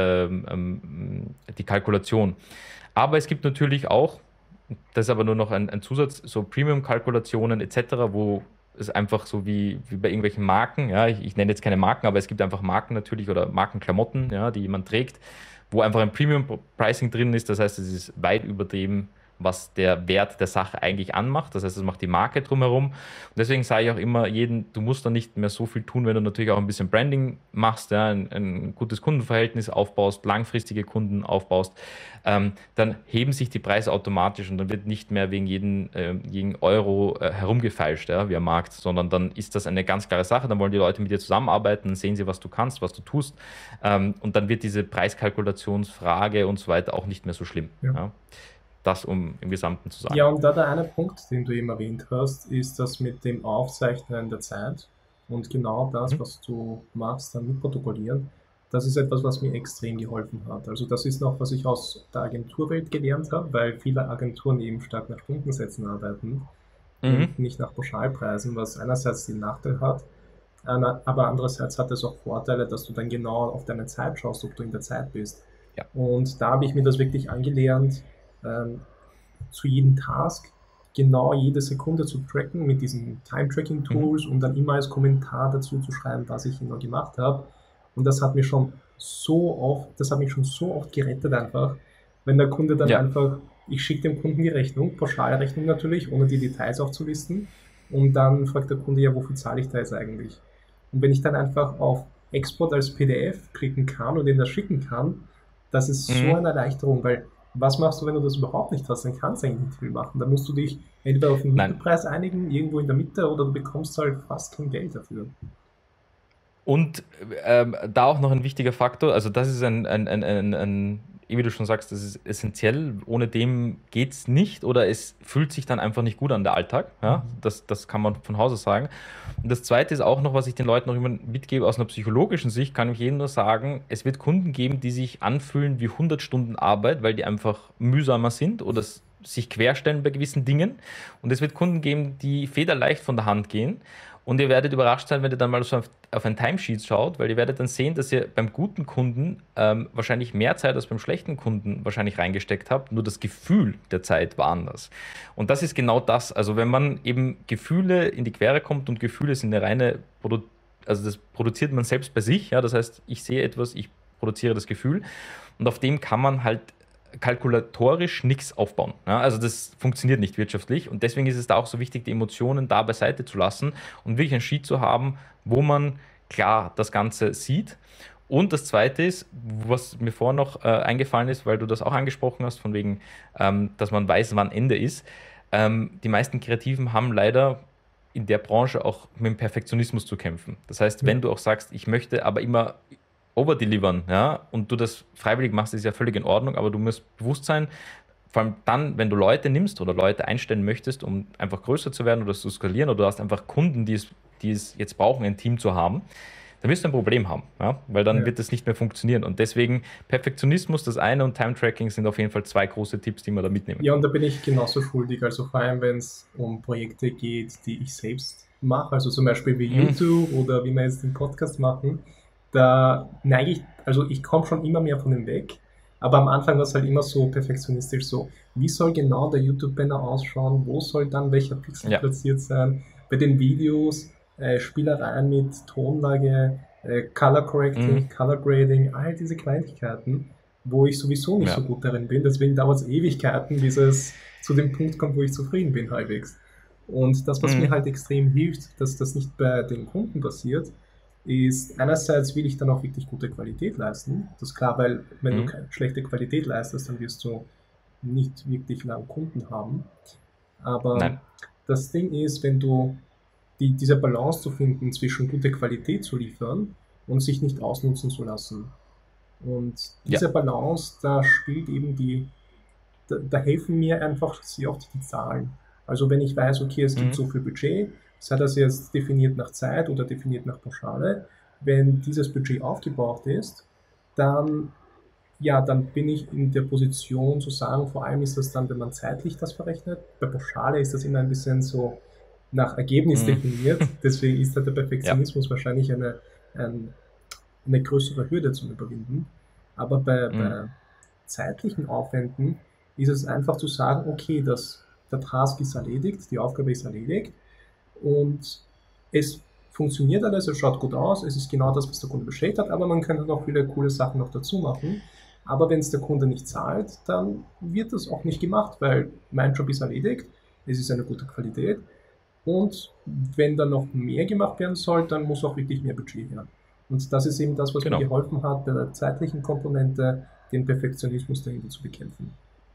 die Kalkulation. Aber es gibt natürlich auch, das ist aber nur noch ein Zusatz, so Premium-Kalkulationen etc., wo es einfach so wie bei irgendwelchen Marken, ja, ich nenne jetzt keine Marken, aber es gibt einfach Marken natürlich oder Markenklamotten, ja, die man trägt, wo einfach ein Premium-Pricing drin ist. Das heißt, es ist weit über dem, was der Wert der Sache eigentlich anmacht. Das heißt, es macht die Marke drumherum. Und deswegen sage ich auch immer jedem, du musst da nicht mehr so viel tun, wenn du natürlich auch ein bisschen Branding machst, ja, ein gutes Kundenverhältnis aufbaust, langfristige Kunden aufbaust, dann heben sich die Preise automatisch und dann wird nicht mehr wegen jeden Euro herumgefeilscht, ja, wie am Markt, sondern dann ist das eine ganz klare Sache. Dann wollen die Leute mit dir zusammenarbeiten, dann sehen sie, was du kannst, was du tust, und dann wird diese Preiskalkulationsfrage und so weiter auch nicht mehr so schlimm. Ja. Ja. Das, um im Gesamten zu sagen. Ja, und da der eine Punkt, den du eben erwähnt hast, ist das mit dem Aufzeichnen der Zeit und genau das, was du machst, dann mitprotokollieren. Das ist etwas, was mir extrem geholfen hat. Also das ist noch, was ich aus der Agenturwelt gelernt habe, weil viele Agenturen eben stark nach Stundensätzen arbeiten und nicht nach Pauschalpreisen, was einerseits den Nachteil hat, aber andererseits hat es auch Vorteile, dass du dann genau auf deine Zeit schaust, ob du in der Zeit bist. Ja. Und da habe ich mir das wirklich angelernt, zu jedem Task genau jede Sekunde zu tracken mit diesen Time-Tracking-Tools und dann immer als Kommentar dazu zu schreiben, was ich immer gemacht habe. Und das hat mich schon so oft gerettet einfach, wenn der Kunde dann einfach, ich schicke dem Kunden die Rechnung, Pauschalrechnung natürlich, ohne die Details aufzulisten, und dann fragt der Kunde, ja, wofür zahle ich da jetzt eigentlich? Und wenn ich dann einfach auf Export als PDF klicken kann und ihn das schicken kann, das ist so eine Erleichterung, weil was machst du, wenn du das überhaupt nicht hast? Dann kannst du eigentlich nicht viel machen. Dann musst du dich entweder auf den Mittelpreis einigen, irgendwo in der Mitte, oder du bekommst halt fast kein Geld dafür. Und da auch noch ein wichtiger Faktor, also das ist wie du schon sagst, das ist essentiell. Ohne dem geht es nicht oder es fühlt sich dann einfach nicht gut an, der Alltag. Ja? Das kann man von Hause sagen. Und das Zweite ist auch noch, was ich den Leuten noch immer mitgebe, aus einer psychologischen Sicht, kann ich jedem nur sagen, es wird Kunden geben, die sich anfühlen wie 100 Stunden Arbeit, weil die einfach mühsamer sind oder sich querstellen bei gewissen Dingen. Und es wird Kunden geben, die federleicht von der Hand gehen. Und ihr werdet überrascht sein, wenn ihr dann mal so auf ein Timesheet schaut, weil ihr werdet dann sehen, dass ihr beim guten Kunden wahrscheinlich mehr Zeit als beim schlechten Kunden wahrscheinlich reingesteckt habt, nur das Gefühl der Zeit war anders. Und das ist genau das. Also wenn man eben Gefühle in die Quere kommt und Gefühle sind eine reine, also das produziert man selbst bei sich, ja, das heißt, ich sehe etwas, ich produziere das Gefühl und auf dem kann man halt kalkulatorisch nichts aufbauen. Ja, also das funktioniert nicht wirtschaftlich und deswegen ist es da auch so wichtig, die Emotionen da beiseite zu lassen und wirklich ein Sheet zu haben, wo man klar das Ganze sieht. Und das Zweite ist, was mir vorher noch eingefallen ist, weil du das auch angesprochen hast, von wegen, dass man weiß, wann Ende ist. Die meisten Kreativen haben leider in der Branche auch mit dem Perfektionismus zu kämpfen. Das heißt, wenn du auch sagst, ich möchte aber immer overdelivern, ja, und du das freiwillig machst, ist ja völlig in Ordnung, aber du musst bewusst sein, vor allem dann, wenn du Leute nimmst oder Leute einstellen möchtest, um einfach größer zu werden oder zu skalieren oder du hast einfach Kunden, die es jetzt brauchen, ein Team zu haben, dann wirst du ein Problem haben, ja, weil dann wird das nicht mehr funktionieren und deswegen Perfektionismus, das eine und Time-Tracking sind auf jeden Fall zwei große Tipps, die man da mitnehmen. Ja, und da bin ich genauso schuldig, also vor allem, wenn es um Projekte geht, die ich selbst mache, also zum Beispiel wie YouTube oder wie wir jetzt den Podcast machen, da neige ich, also ich komme schon immer mehr von dem weg, aber am Anfang war es halt immer so perfektionistisch so, wie soll genau der YouTube-Banner ausschauen, wo soll dann welcher Pixel platziert sein, bei den Videos, Spielereien mit Tonlage, Color Correcting, Color Grading, all diese Kleinigkeiten, wo ich sowieso nicht so gut darin bin, deswegen dauert es Ewigkeiten, bis es zu dem Punkt kommt, wo ich zufrieden bin halbwegs. Und das, was mir halt extrem hilft, dass das nicht bei den Kunden passiert, ist, einerseits will ich dann auch wirklich gute Qualität leisten. Das ist klar, weil wenn du keine schlechte Qualität leistest, dann wirst du nicht wirklich lange Kunden haben. Aber das Ding ist, wenn du diese Balance zu finden, zwischen gute Qualität zu liefern und sich nicht ausnutzen zu lassen. Und diese Balance, da spielt eben da helfen mir einfach sehr oft die Zahlen. Also wenn ich weiß, okay, es gibt so viel Budget, sei das jetzt definiert nach Zeit oder definiert nach Pauschale, wenn dieses Budget aufgebraucht ist, dann bin ich in der Position zu sagen, vor allem ist das dann, wenn man zeitlich das verrechnet, bei Pauschale ist das immer ein bisschen so nach Ergebnis definiert, deswegen ist da der Perfektionismus wahrscheinlich eine größere Hürde zum Überwinden, aber bei zeitlichen Aufwänden ist es einfach zu sagen, okay, der Task ist erledigt, die Aufgabe ist erledigt und es funktioniert alles, es schaut gut aus, es ist genau das, was der Kunde bestellt hat, aber man könnte noch viele coole Sachen noch dazu machen. Aber wenn es der Kunde nicht zahlt, dann wird das auch nicht gemacht, weil mein Job ist erledigt, es ist eine gute Qualität und wenn da noch mehr gemacht werden soll, dann muss auch wirklich mehr Budget her. Und das ist eben das, was mir geholfen hat, bei der zeitlichen Komponente den Perfektionismus dahinter zu bekämpfen.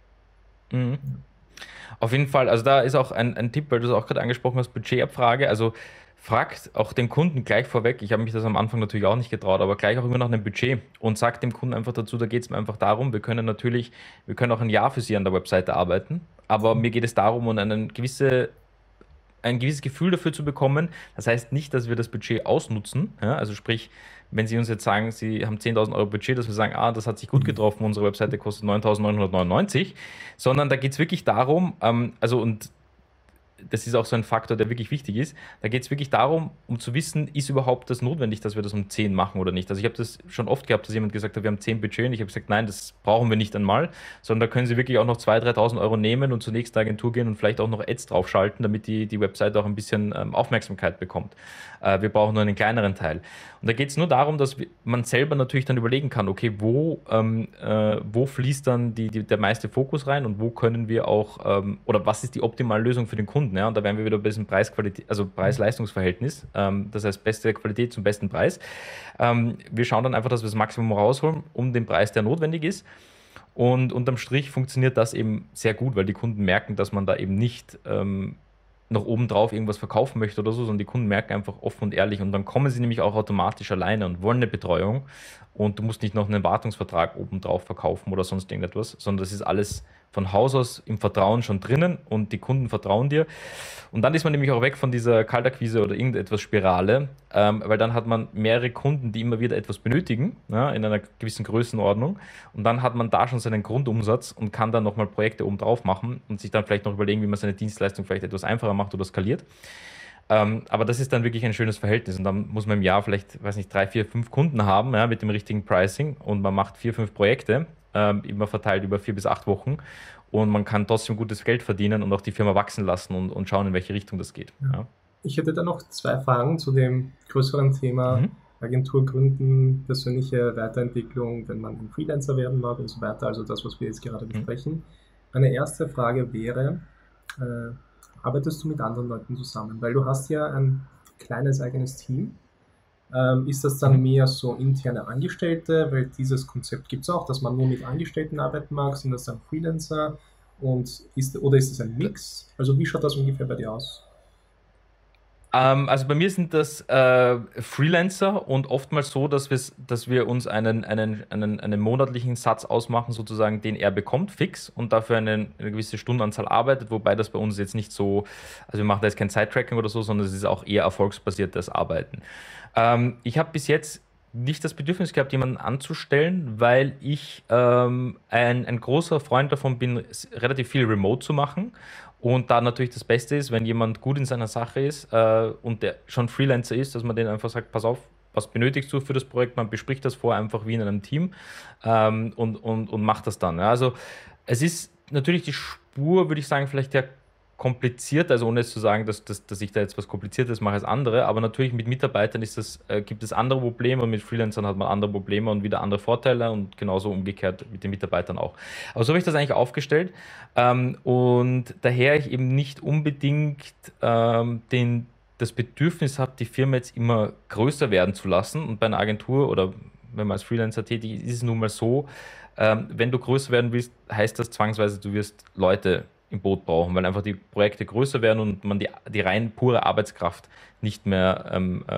Auf jeden Fall, also da ist auch ein Tipp, weil du es auch gerade angesprochen hast, Budgetabfrage, also fragt auch den Kunden gleich vorweg, ich habe mich das am Anfang natürlich auch nicht getraut, aber gleich auch immer nach einem Budget und sagt dem Kunden einfach dazu, da geht es mir einfach darum, wir können auch ein Jahr für Sie an der Webseite arbeiten, aber mir geht es darum, um ein gewisses Gefühl dafür zu bekommen. Das heißt nicht, dass wir das Budget ausnutzen, ja? Also sprich, wenn Sie uns jetzt sagen, Sie haben 10.000 Euro Budget, dass wir sagen, das hat sich gut getroffen, unsere Webseite kostet 9.999, sondern da geht es wirklich darum, und das ist auch so ein Faktor, der wirklich wichtig ist. Da geht es wirklich darum, um zu wissen, ist überhaupt das notwendig, dass wir das um 10 machen oder nicht. Also ich habe das schon oft gehabt, dass jemand gesagt hat, wir haben 10 Budget und ich habe gesagt, nein, das brauchen wir nicht einmal, sondern da können Sie wirklich auch noch 2.000, 3.000 Euro nehmen und zur nächsten Agentur gehen und vielleicht auch noch Ads draufschalten, damit die Webseite auch ein bisschen Aufmerksamkeit bekommt. Wir brauchen nur einen kleineren Teil. Und da geht es nur darum, dass man selber natürlich dann überlegen kann, okay, wo fließt dann der meiste Fokus rein und wo können wir auch, oder was ist die optimale Lösung für den Kunden? Ja? Und da wären wir wieder bei diesem Preis-Leistungs-Verhältnis, das heißt beste Qualität zum besten Preis. Wir schauen dann einfach, dass wir das Maximum rausholen, um den Preis, der notwendig ist. Und unterm Strich funktioniert das eben sehr gut, weil die Kunden merken, dass man da eben nicht noch obendrauf irgendwas verkaufen möchte oder so, sondern die Kunden merken einfach offen und ehrlich und dann kommen sie nämlich auch automatisch alleine und wollen eine Betreuung und du musst nicht noch einen Wartungsvertrag obendrauf verkaufen oder sonst irgendetwas, sondern das ist alles von Haus aus im Vertrauen schon drinnen und die Kunden vertrauen dir. Und dann ist man nämlich auch weg von dieser Kaltakquise oder irgendetwas Spirale, weil dann hat man mehrere Kunden, die immer wieder etwas benötigen, ja, in einer gewissen Größenordnung. Und dann hat man da schon seinen Grundumsatz und kann dann nochmal Projekte oben drauf machen und sich dann vielleicht noch überlegen, wie man seine Dienstleistung vielleicht etwas einfacher macht oder skaliert. Aber das ist dann wirklich ein schönes Verhältnis und dann muss man im Jahr vielleicht, weiß nicht, 3, 4, 5 Kunden haben, ja, mit dem richtigen Pricing und man macht 4, 5 Projekte, immer verteilt über 4 bis 8 Wochen und man kann trotzdem gutes Geld verdienen und auch die Firma wachsen lassen und schauen, in welche Richtung das geht. Ja. Ja. Ich hätte da noch 2 Fragen zu dem größeren Thema Agentur gründen, persönliche Weiterentwicklung, wenn man ein Freelancer werden mag und so weiter, also das, was wir jetzt gerade besprechen. Meine erste Frage wäre, arbeitest du mit anderen Leuten zusammen? Weil du hast ja ein kleines eigenes Team. Ist das dann mehr so interne Angestellte? Weil dieses Konzept gibt es auch, dass man nur mit Angestellten arbeiten mag. Sind das dann Freelancer? Oder ist es ein Mix? Also wie schaut das ungefähr bei dir aus? Also bei mir sind das Freelancer und oftmals so, dass wir uns einen monatlichen Satz ausmachen, sozusagen, den er bekommt, fix und dafür eine gewisse Stundenanzahl arbeitet, wobei das bei uns jetzt nicht so, also wir machen da jetzt kein Zeittracking oder so, sondern es ist auch eher erfolgsbasiertes Arbeiten. Ich habe bis jetzt nicht das Bedürfnis gehabt, jemanden anzustellen, weil ich ein großer Freund davon bin, relativ viel remote zu machen. Und da natürlich das Beste ist, wenn jemand gut in seiner Sache ist und der schon Freelancer ist, dass man denen einfach sagt, pass auf, was benötigst du für das Projekt? Man bespricht das vorher einfach wie in einem Team und macht das dann. Ja. Also es ist natürlich die Spur, würde ich sagen, vielleicht ja kompliziert, also ohne jetzt zu sagen, dass ich da jetzt was Kompliziertes mache als andere, aber natürlich mit Mitarbeitern gibt es andere Probleme und mit Freelancern hat man andere Probleme und wieder andere Vorteile und genauso umgekehrt mit den Mitarbeitern auch. Aber so habe ich das eigentlich aufgestellt und daher ich eben nicht unbedingt das Bedürfnis habe, die Firma jetzt immer größer werden zu lassen und bei einer Agentur oder wenn man als Freelancer tätig ist, ist es nun mal so, wenn du größer werden willst, heißt das zwangsweise, du wirst Leute im Boot brauchen, weil einfach die Projekte größer werden und man die rein pure Arbeitskraft nicht mehr,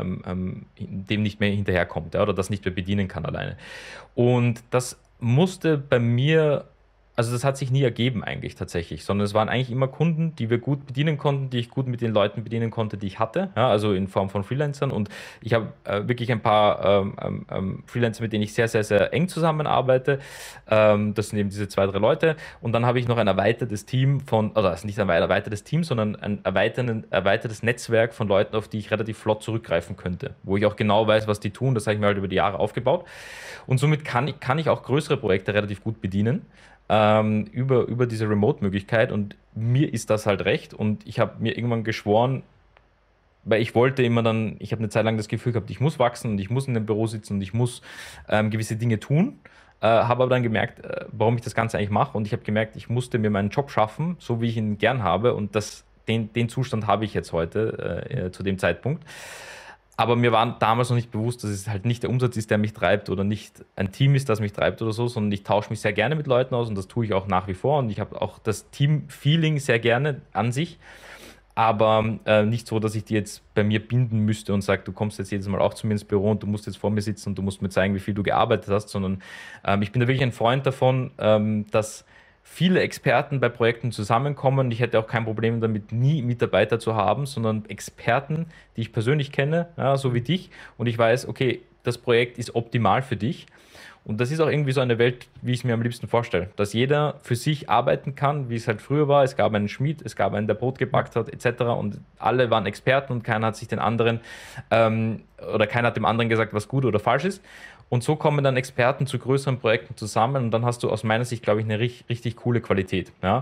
dem nicht mehr hinterherkommt, ja, oder das nicht mehr bedienen kann alleine. Und das musste bei mir, also das hat sich nie ergeben eigentlich tatsächlich, sondern es waren eigentlich immer Kunden, die wir gut bedienen konnten, die ich gut mit den Leuten bedienen konnte, die ich hatte, ja, also in Form von Freelancern und ich habe wirklich ein paar Freelancer, mit denen ich sehr, sehr, sehr eng zusammenarbeite. Das sind eben diese 2, 3 Leute und dann habe ich noch ein erweitertes Team oder also nicht ein erweitertes Team, sondern ein erweitertes Netzwerk von Leuten, auf die ich relativ flott zurückgreifen könnte, wo ich auch genau weiß, was die tun, das habe ich mir halt über die Jahre aufgebaut und somit kann ich auch größere Projekte relativ gut bedienen. Über diese Remote-Möglichkeit und mir ist das halt recht und ich habe mir irgendwann geschworen, weil ich wollte immer dann, ich habe eine Zeit lang das Gefühl gehabt, ich muss wachsen und ich muss in dem Büro sitzen und ich muss gewisse Dinge tun, habe aber dann gemerkt, warum ich das Ganze eigentlich mache und ich habe gemerkt, ich musste mir meinen Job schaffen, so wie ich ihn gern habe und den Zustand habe ich jetzt heute zu dem Zeitpunkt. Aber mir war damals noch nicht bewusst, dass es halt nicht der Umsatz ist, der mich treibt oder nicht ein Team ist, das mich treibt oder so, sondern ich tausche mich sehr gerne mit Leuten aus und das tue ich auch nach wie vor und ich habe auch das Team-Feeling sehr gerne an sich, aber nicht so, dass ich die jetzt bei mir binden müsste und sage, du kommst jetzt jedes Mal auch zu mir ins Büro und du musst jetzt vor mir sitzen und du musst mir zeigen, wie viel du gearbeitet hast, sondern ich bin da wirklich ein Freund davon, dass viele Experten bei Projekten zusammenkommen. Ich hätte auch kein Problem damit, nie Mitarbeiter zu haben, sondern Experten, die ich persönlich kenne, ja, so wie dich. Und ich weiß, okay, das Projekt ist optimal für dich. Und das ist auch irgendwie so eine Welt, wie ich es mir am liebsten vorstelle, dass jeder für sich arbeiten kann, wie es halt früher war. Es gab einen Schmied, es gab einen, der Brot gebackt hat, etc. Und alle waren Experten und keiner hat sich den anderen oder keiner hat dem anderen gesagt, was gut oder falsch ist. Und so kommen dann Experten zu größeren Projekten zusammen und dann hast du aus meiner Sicht, glaube ich, eine richtig coole Qualität. Ja?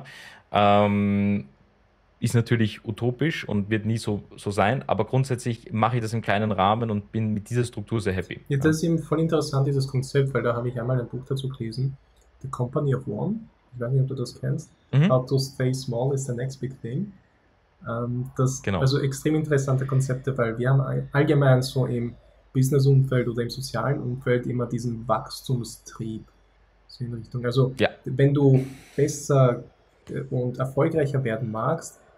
Ist natürlich utopisch und wird nie so sein, aber grundsätzlich mache ich das im kleinen Rahmen und bin mit dieser Struktur sehr happy. Ja, das ist eben voll interessant, dieses Konzept, weil da habe ich einmal ein Buch dazu gelesen, The Company of One. Ich weiß nicht, ob du das kennst. How to Stay Small is the Next Big Thing. Genau. Also extrem interessante Konzepte, weil wir haben allgemein so im Business-Umfeld oder im sozialen Umfeld immer diesen Wachstumstrieb so in Richtung. Also ja. wenn du besser und erfolgreicher werden magst,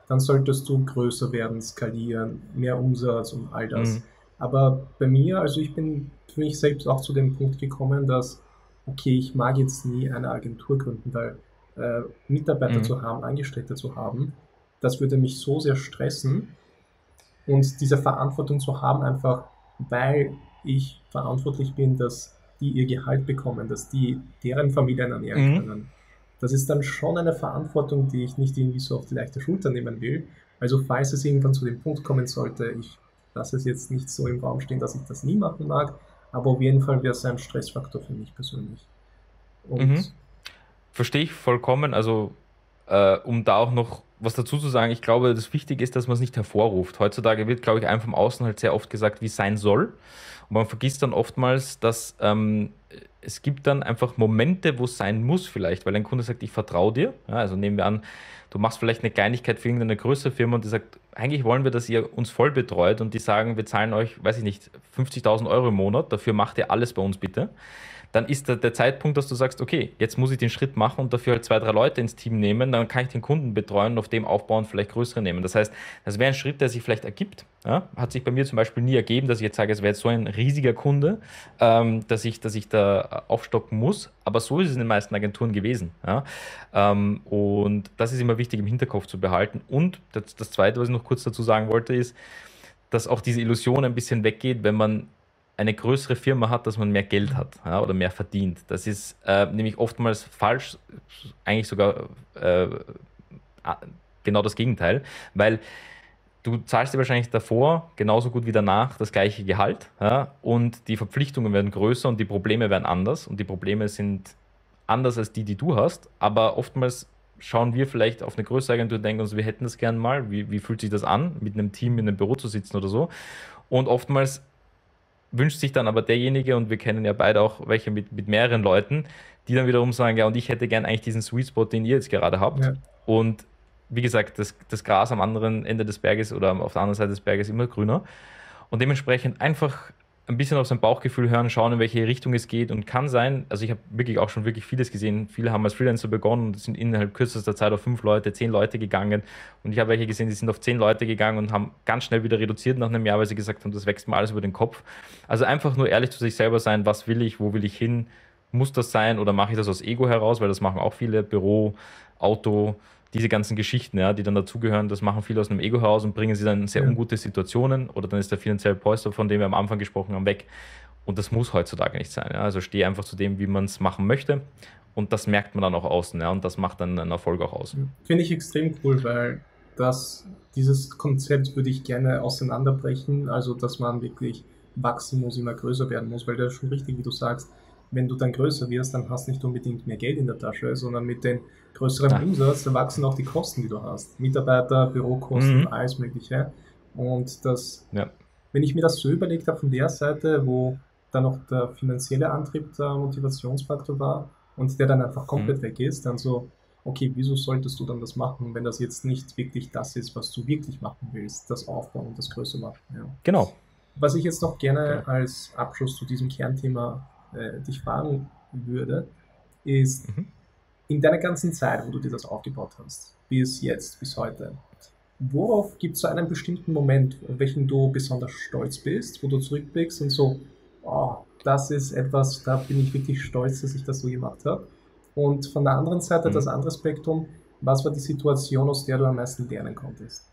dann solltest du größer werden, skalieren, mehr Umsatz und all das. Mhm. Aber bei mir, also ich bin für mich selbst auch zu dem Punkt gekommen, dass, okay, ich mag jetzt nie eine Agentur gründen, weil Mitarbeiter Mhm. zu haben, Angestellte zu haben, das würde mich so sehr stressen. Und diese Verantwortung zu haben, einfach weil ich verantwortlich bin, dass die ihr Gehalt bekommen, dass die deren Familien ernähren Mhm. können. Das ist dann schon eine Verantwortung, die ich nicht irgendwie so auf die leichte Schulter nehmen will. Also falls es irgendwann zu dem Punkt kommen sollte, ich lasse es jetzt nicht so im Raum stehen, dass ich das nie machen mag, aber auf jeden Fall wäre es ein Stressfaktor für mich persönlich. Mhm. Und Verstehe ich vollkommen. Also, um da auch noch was dazu zu sagen, ich glaube, das Wichtige ist, dass man es nicht hervorruft. Heutzutage wird, glaube ich, einem vom Außen halt sehr oft gesagt, wie es sein soll. Und man vergisst dann oftmals, dass es gibt dann einfach Momente, wo es sein muss vielleicht, weil ein Kunde sagt, ich vertraue dir. Ja, also nehmen wir an, du machst vielleicht eine Kleinigkeit für irgendeine größere Firma und die sagt, eigentlich wollen wir, dass ihr uns voll betreut und die sagen, wir zahlen euch, weiß ich nicht, 50.000 Euro im Monat, dafür macht ihr alles bei uns bitte. Dann ist der Zeitpunkt, dass du sagst, okay, jetzt muss ich den Schritt machen und dafür halt zwei, drei Leute ins Team nehmen, dann kann ich den Kunden betreuen und auf dem aufbauen, vielleicht größere nehmen. Das heißt, das wäre ein Schritt, der sich vielleicht ergibt. Ja? Hat sich bei mir zum Beispiel nie ergeben, dass ich jetzt sage, es wäre jetzt so ein riesiger Kunde, dass ich da aufstocken muss. Aber so ist es in den meisten Agenturen gewesen. Ja? Und das ist immer wichtig im Hinterkopf zu behalten. Und das Zweite, was ich noch kurz dazu sagen wollte, ist, dass auch diese Illusion ein bisschen weggeht, wenn man eine größere Firma hat, dass man mehr Geld hat, ja, oder mehr verdient. Das ist nämlich oftmals falsch, eigentlich sogar genau das Gegenteil, weil du zahlst dir wahrscheinlich davor genauso gut wie danach das gleiche Gehalt, ja, und die Verpflichtungen werden größer und die Probleme werden anders und die Probleme sind anders als die du hast, aber oftmals schauen wir vielleicht auf eine größere Agentur und denken uns, wir hätten das gern mal, wie fühlt sich das an, mit einem Team in einem Büro zu sitzen oder so, und oftmals wünscht sich dann aber derjenige, und wir kennen ja beide auch welche mit mehreren Leuten, die dann wiederum sagen, ja, und ich hätte gern eigentlich diesen Sweet Spot, den ihr jetzt gerade habt. ja, Und wie gesagt, das Gras am anderen Ende des Berges oder auf der anderen Seite des Berges immer grüner. Und dementsprechend einfach ein bisschen auf sein Bauchgefühl hören, schauen, in welche Richtung es geht, und kann sein, also ich habe wirklich auch schon wirklich vieles gesehen. Viele haben als Freelancer begonnen und sind innerhalb kürzester Zeit auf 5 Leute, 10 Leute gegangen, und ich habe welche gesehen, die sind auf 10 Leute gegangen und haben ganz schnell wieder reduziert nach einem Jahr, weil sie gesagt haben, das wächst mir alles über den Kopf. Also einfach nur ehrlich zu sich selber sein, was will ich, wo will ich hin, muss das sein oder mache ich das aus Ego heraus, weil das machen auch viele, Büro, Auto, diese ganzen Geschichten, ja, die dann dazugehören, das machen viele aus einem Ego heraus und bringen sie dann in sehr ja. ungute Situationen, oder dann ist der finanzielle Polster, von dem wir am Anfang gesprochen haben, weg. Und das muss heutzutage nicht sein. Ja. Also stehe einfach zu dem, wie man es machen möchte, und das merkt man dann auch außen, ja, und das macht dann einen Erfolg auch aus. Finde ich extrem cool, weil dieses Konzept würde ich gerne auseinanderbrechen, also dass man wirklich wachsen muss, immer größer werden muss, weil das ist schon richtig, wie du sagst, wenn du dann größer wirst, dann hast du nicht unbedingt mehr Geld in der Tasche, sondern mit dem größeren Ja. Umsatz, da wachsen auch die Kosten, die du hast. Mitarbeiter, Bürokosten, Mhm. alles Mögliche. Und das, Ja. wenn ich mir das so überlegt habe von der Seite, wo dann noch der finanzielle Antrieb der Motivationsfaktor war und der dann einfach komplett Mhm. weg ist, dann so, okay, wieso solltest du dann das machen, wenn das jetzt nicht wirklich das ist, was du wirklich machen willst, das Aufbauen und das Größe machen. Ja. Genau. Was ich jetzt noch gerne Genau. als Abschluss zu diesem Kernthema dich fragen würde, ist, Mhm. in deiner ganzen Zeit, wo du dir das aufgebaut hast, bis jetzt, bis heute, worauf gibt es so einen bestimmten Moment, auf welchen du besonders stolz bist, wo du zurückblickst und so, oh, das ist etwas, da bin ich wirklich stolz, dass ich das so gemacht habe. Und von der anderen Seite, das Mhm. andere Spektrum, was war die Situation, aus der du am meisten lernen konntest?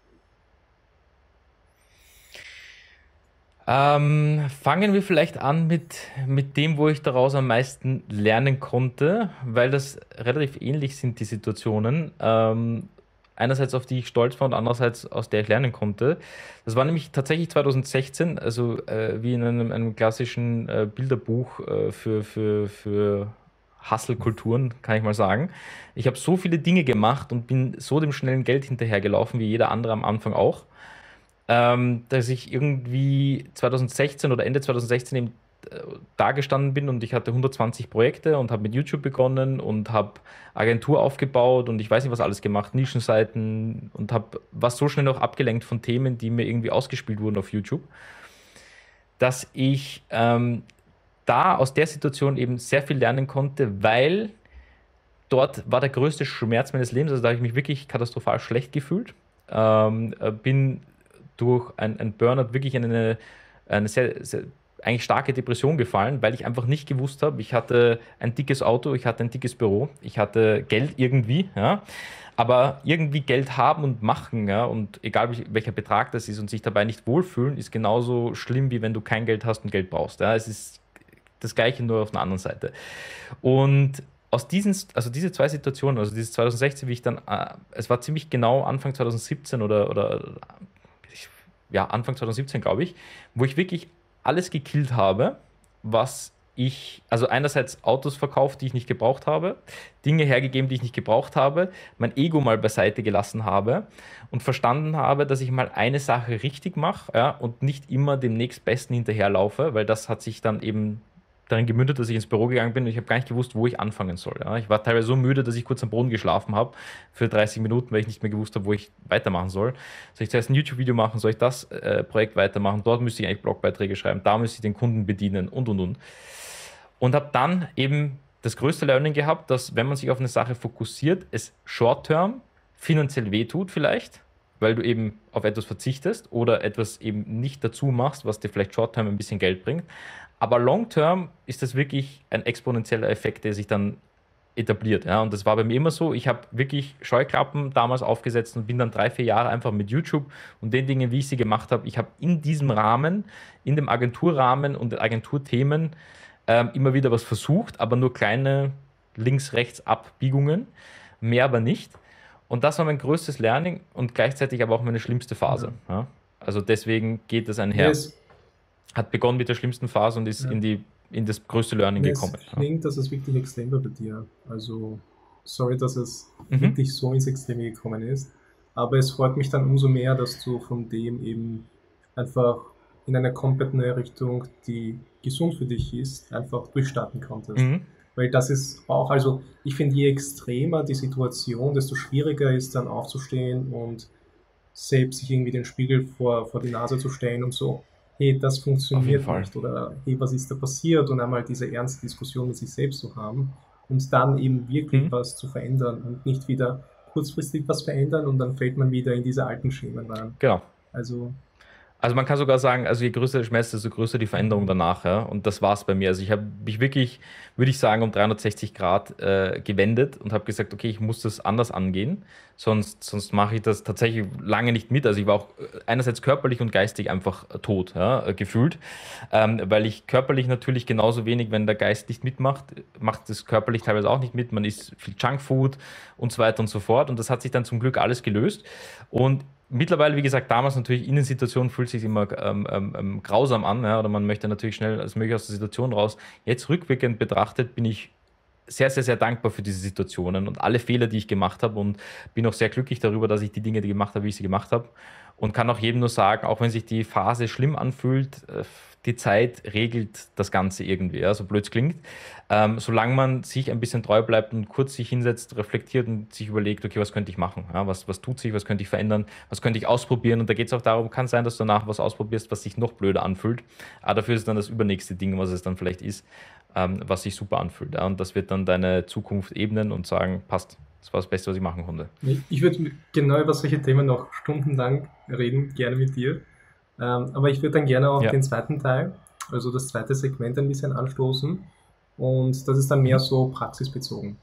Fangen wir vielleicht an mit dem, wo ich daraus am meisten lernen konnte, weil das relativ ähnlich sind, die Situationen. Einerseits auf die ich stolz war und andererseits aus der ich lernen konnte. Das war nämlich tatsächlich 2016, also wie in einem klassischen Bilderbuch für Hustle-Kulturen, kann ich mal sagen. Ich habe so viele Dinge gemacht und bin so dem schnellen Geld hinterhergelaufen, wie jeder andere am Anfang auch, dass ich irgendwie 2016 oder Ende 2016 eben da gestanden bin, und ich hatte 120 Projekte und habe mit YouTube begonnen und habe Agentur aufgebaut und ich weiß nicht was alles gemacht, Nischenseiten, und habe was so schnell noch abgelenkt von Themen, die mir irgendwie ausgespielt wurden auf YouTube, dass ich da aus der Situation eben sehr viel lernen konnte, weil dort war der größte Schmerz meines Lebens, also da habe ich mich wirklich katastrophal schlecht gefühlt. bin durch ein Burnout wirklich in eine sehr eigentlich starke Depression gefallen, weil ich einfach nicht gewusst habe, ich hatte ein dickes Auto, ich hatte ein dickes Büro, ich hatte Geld irgendwie, ja, aber irgendwie Geld haben und machen, ja, und egal welcher Betrag das ist und sich dabei nicht wohlfühlen, ist genauso schlimm, wie wenn du kein Geld hast und Geld brauchst. Ja. Es ist das Gleiche, nur auf einer anderen Seite. Und also diese zwei Situationen, also dieses 2016, wie ich dann, es war ziemlich genau Anfang 2017 ja, Anfang 2017, glaube ich, wo ich wirklich alles gekillt habe, also einerseits Autos verkauft, die ich nicht gebraucht habe, Dinge hergegeben, die ich nicht gebraucht habe, mein Ego mal beiseite gelassen habe und verstanden habe, dass ich mal eine Sache richtig mache, ja, und nicht immer dem nächstbesten hinterherlaufe, weil das hat sich dann eben darin gemündet, dass ich ins Büro gegangen bin und ich habe gar nicht gewusst, wo ich anfangen soll. Ja. Ich war teilweise so müde, dass ich kurz am Boden geschlafen habe für 30 Minuten, weil ich nicht mehr gewusst habe, wo ich weitermachen soll. Soll ich zuerst ein YouTube-Video machen? Soll ich das Projekt weitermachen? Dort müsste ich eigentlich Blogbeiträge schreiben, da müsste ich den Kunden bedienen und. Und habe dann eben das größte Learning gehabt, dass wenn man sich auf eine Sache fokussiert, es short-term finanziell wehtut vielleicht, weil du eben auf etwas verzichtest oder etwas eben nicht dazu machst, was dir vielleicht short-term ein bisschen Geld bringt. Aber long-term ist das wirklich ein exponentieller Effekt, der sich dann etabliert. Ja? Und das war bei mir immer so. Ich habe wirklich Scheuklappen damals aufgesetzt und bin dann 3, 4 Jahre einfach mit YouTube und den Dingen, wie ich sie gemacht habe. Ich habe in diesem Rahmen, in dem Agenturrahmen und Agenturthemen immer wieder was versucht, aber nur kleine Links-Rechts-Abbiegungen, mehr aber nicht. Und das war mein größtes Learning und gleichzeitig aber auch meine schlimmste Phase. Ja? Also deswegen geht das einher. Es, Hat begonnen mit der schlimmsten Phase und ist ja. in das größte Learning gekommen. Es klingt, dass es wirklich extrem war bei dir. Also, sorry, dass es Mhm. wirklich so ins Extreme gekommen ist. Aber es freut mich dann umso mehr, dass du von dem eben einfach in eine komplett neue Richtung, die gesund für dich ist, einfach durchstarten konntest. Mhm. Weil das ist auch, also ich finde, je extremer die Situation, desto schwieriger ist dann aufzustehen und selbst sich irgendwie den Spiegel vor die Nase zu stellen und so, hey, das Auf jeden funktioniert Fall. nicht oder hey, was ist da passiert und einmal diese ernste Diskussion mit sich selbst zu haben und dann eben wirklich Mhm. was zu verändern und nicht wieder kurzfristig was verändern und dann fällt man wieder in diese alten Schemen rein. Genau. Also, Also man kann sogar sagen, also je größer der Schmerz, desto größer die Veränderung danach. Ja? Und das war es bei mir. Also ich habe mich wirklich, würde ich sagen, um 360 Grad gewendet und habe gesagt, okay, ich muss das anders angehen, sonst mache ich das tatsächlich lange nicht mit. Also ich war auch einerseits körperlich und geistig einfach tot, ja, gefühlt, weil ich körperlich natürlich genauso wenig, wenn der Geist nicht mitmacht, macht das körperlich teilweise auch nicht mit. Man isst viel Junkfood und so weiter und so fort. Und das hat sich dann zum Glück alles gelöst. Und mittlerweile, wie gesagt, damals natürlich in den Situationen fühlt sich immer grausam an, ja, oder man möchte natürlich schnell als möglich aus der Situation raus. Jetzt rückwirkend betrachtet bin ich sehr, sehr, sehr dankbar für diese Situationen und alle Fehler, die ich gemacht habe und bin auch sehr glücklich darüber, dass ich die Dinge, die gemacht habe, wie ich sie gemacht habe und kann auch jedem nur sagen, auch wenn sich die Phase schlimm anfühlt, die Zeit regelt das Ganze irgendwie, ja, so blöd es klingt. Solange man sich ein bisschen treu bleibt und kurz sich hinsetzt, reflektiert und sich überlegt, okay, was könnte ich machen? Ja, was tut sich, was könnte ich verändern, was könnte ich ausprobieren? Und da geht es auch darum, kann sein, dass du danach was ausprobierst, was sich noch blöder anfühlt. Aber dafür ist es dann das übernächste Ding, was es dann vielleicht ist, was sich super anfühlt. Ja? Und das wird dann deine Zukunft ebnen und sagen, passt, das war das Beste, was ich machen konnte. ich würde genau über solche Themen noch stundenlang reden, gerne mit dir. Aber ich würde dann gerne auch Ja. den zweiten Teil, also das zweite Segment ein bisschen anstoßen. Und das ist dann mehr Mhm. so praxisbezogen.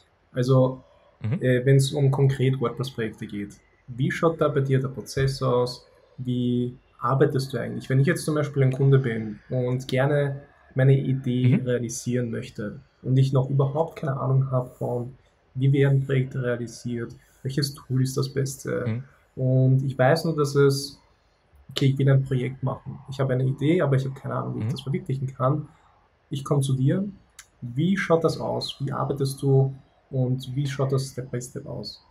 Also, Mhm. wenn es um konkret WordPress-Projekte geht, wie schaut da bei dir der Prozess aus? Wie arbeitest du eigentlich? Wenn ich jetzt zum Beispiel ein Kunde bin und gerne meine Idee Mhm. realisieren möchte und ich noch überhaupt keine Ahnung habe von, wie werden Projekte realisiert, welches Tool ist das Beste, Mhm. und ich weiß nur, dass okay, ich will ein Projekt machen. Ich habe eine Idee, aber ich habe keine Ahnung, wie ich Mhm. das verwirklichen kann. Ich komme zu dir. Wie schaut das aus? Wie arbeitest du und wie schaut das Step by Step aus?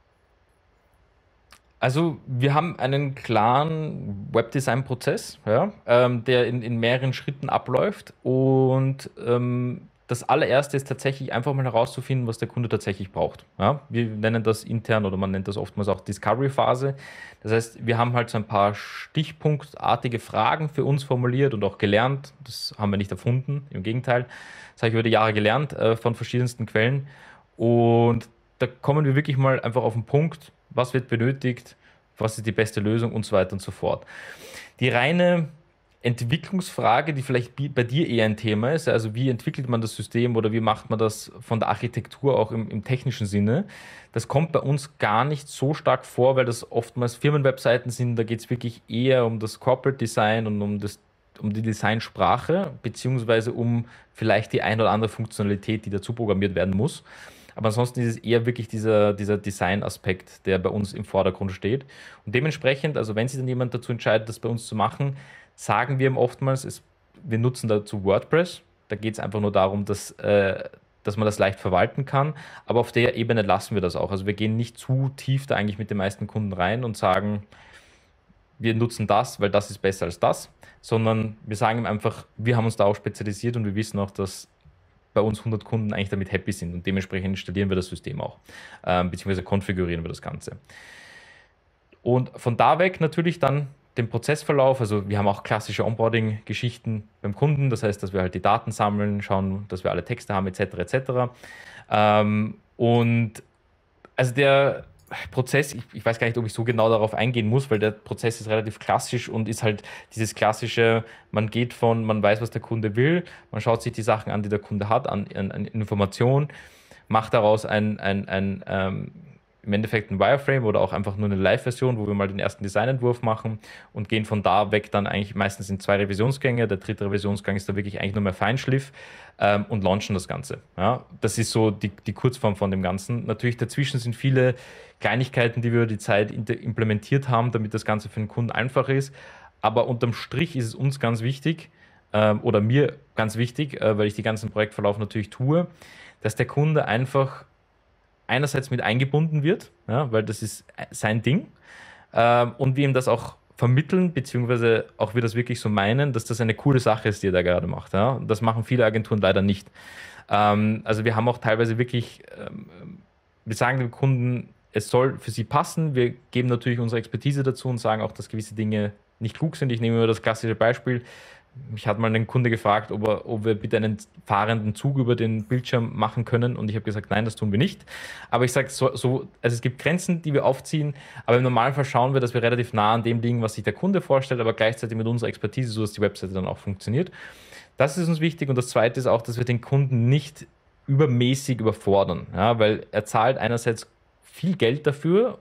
Also wir haben einen klaren Webdesign-Prozess, ja, der in mehreren Schritten abläuft und das allererste ist tatsächlich einfach mal herauszufinden, was der Kunde tatsächlich braucht. Ja. Wir nennen das intern oder man nennt das oftmals auch Discovery-Phase. Das heißt, wir haben halt so ein paar stichpunktartige Fragen für uns formuliert und auch gelernt. Das haben wir nicht erfunden, im Gegenteil. Das habe ich über die Jahre gelernt von verschiedensten Quellen und da kommen wir wirklich mal einfach auf den Punkt, was wird benötigt, was ist die beste Lösung und so weiter und so fort. Die reine Entwicklungsfrage, die vielleicht bei dir eher ein Thema ist, also wie entwickelt man das System oder wie macht man das von der Architektur auch im technischen Sinne, das kommt bei uns gar nicht so stark vor, weil das oftmals Firmenwebseiten sind, da geht es wirklich eher um das Corporate Design und um die Designsprache, beziehungsweise um vielleicht die ein oder andere Funktionalität, die dazu programmiert werden muss. Aber ansonsten ist es eher wirklich dieser Design-Aspekt, der bei uns im Vordergrund steht. Und dementsprechend, also wenn sich dann jemand dazu entscheidet, das bei uns zu machen, sagen wir ihm oftmals, wir nutzen dazu WordPress. Da geht es einfach nur darum, dass man das leicht verwalten kann. Aber auf der Ebene lassen wir das auch. Also wir gehen nicht zu tief da eigentlich mit den meisten Kunden rein und sagen, wir nutzen das, weil das ist besser als das, sondern wir sagen ihm einfach, wir haben uns da auch spezialisiert und wir wissen auch, dass bei uns 100 Kunden eigentlich damit happy sind und dementsprechend installieren wir das System auch, beziehungsweise konfigurieren wir das Ganze. Und von da weg natürlich dann den Prozessverlauf, also wir haben auch klassische Onboarding-Geschichten beim Kunden, das heißt, dass wir halt die Daten sammeln, schauen, dass wir alle Texte haben, etc. etc. Und also der Prozess, ich weiß gar nicht, ob ich so genau darauf eingehen muss, weil der Prozess ist relativ klassisch und ist halt dieses klassische, man weiß, was der Kunde will, man schaut sich die Sachen an, die der Kunde hat, an Informationen, macht daraus im Endeffekt ein Wireframe oder auch einfach nur eine Live-Version, wo wir mal den ersten Designentwurf machen und gehen von da weg dann eigentlich meistens in 2 Revisionsgänge. Der 3. Revisionsgang ist da wirklich eigentlich nur mehr Feinschliff und launchen das Ganze. Ja, das ist so die Kurzform von dem Ganzen. Natürlich dazwischen sind viele Kleinigkeiten, die wir über die Zeit implementiert haben, damit das Ganze für den Kunden einfach ist. Aber unterm Strich ist es uns ganz wichtig oder mir ganz wichtig, weil ich die ganzen Projektverlauf natürlich tue, dass der Kunde einfach einerseits mit eingebunden wird, ja, weil das ist sein Ding und wir ihm das auch vermitteln, beziehungsweise auch wir das wirklich so meinen, dass das eine coole Sache ist, die er da gerade macht. Ja. Das machen viele Agenturen leider nicht. Also wir haben auch teilweise wirklich, wir sagen dem Kunden, es soll für sie passen, wir geben natürlich unsere Expertise dazu und sagen auch, dass gewisse Dinge nicht klug sind. Ich nehme immer das klassische Beispiel. Mich hat mal ein Kunde gefragt, ob wir bitte einen fahrenden Zug über den Bildschirm machen können und ich habe gesagt, nein, das tun wir nicht. Aber ich sage also es gibt Grenzen, die wir aufziehen, aber im Normalfall schauen wir, dass wir relativ nah an dem liegen, was sich der Kunde vorstellt, aber gleichzeitig mit unserer Expertise, so dass die Webseite dann auch funktioniert. Das ist uns wichtig und das Zweite ist auch, dass wir den Kunden nicht übermäßig überfordern, ja, weil er zahlt einerseits viel Geld dafür,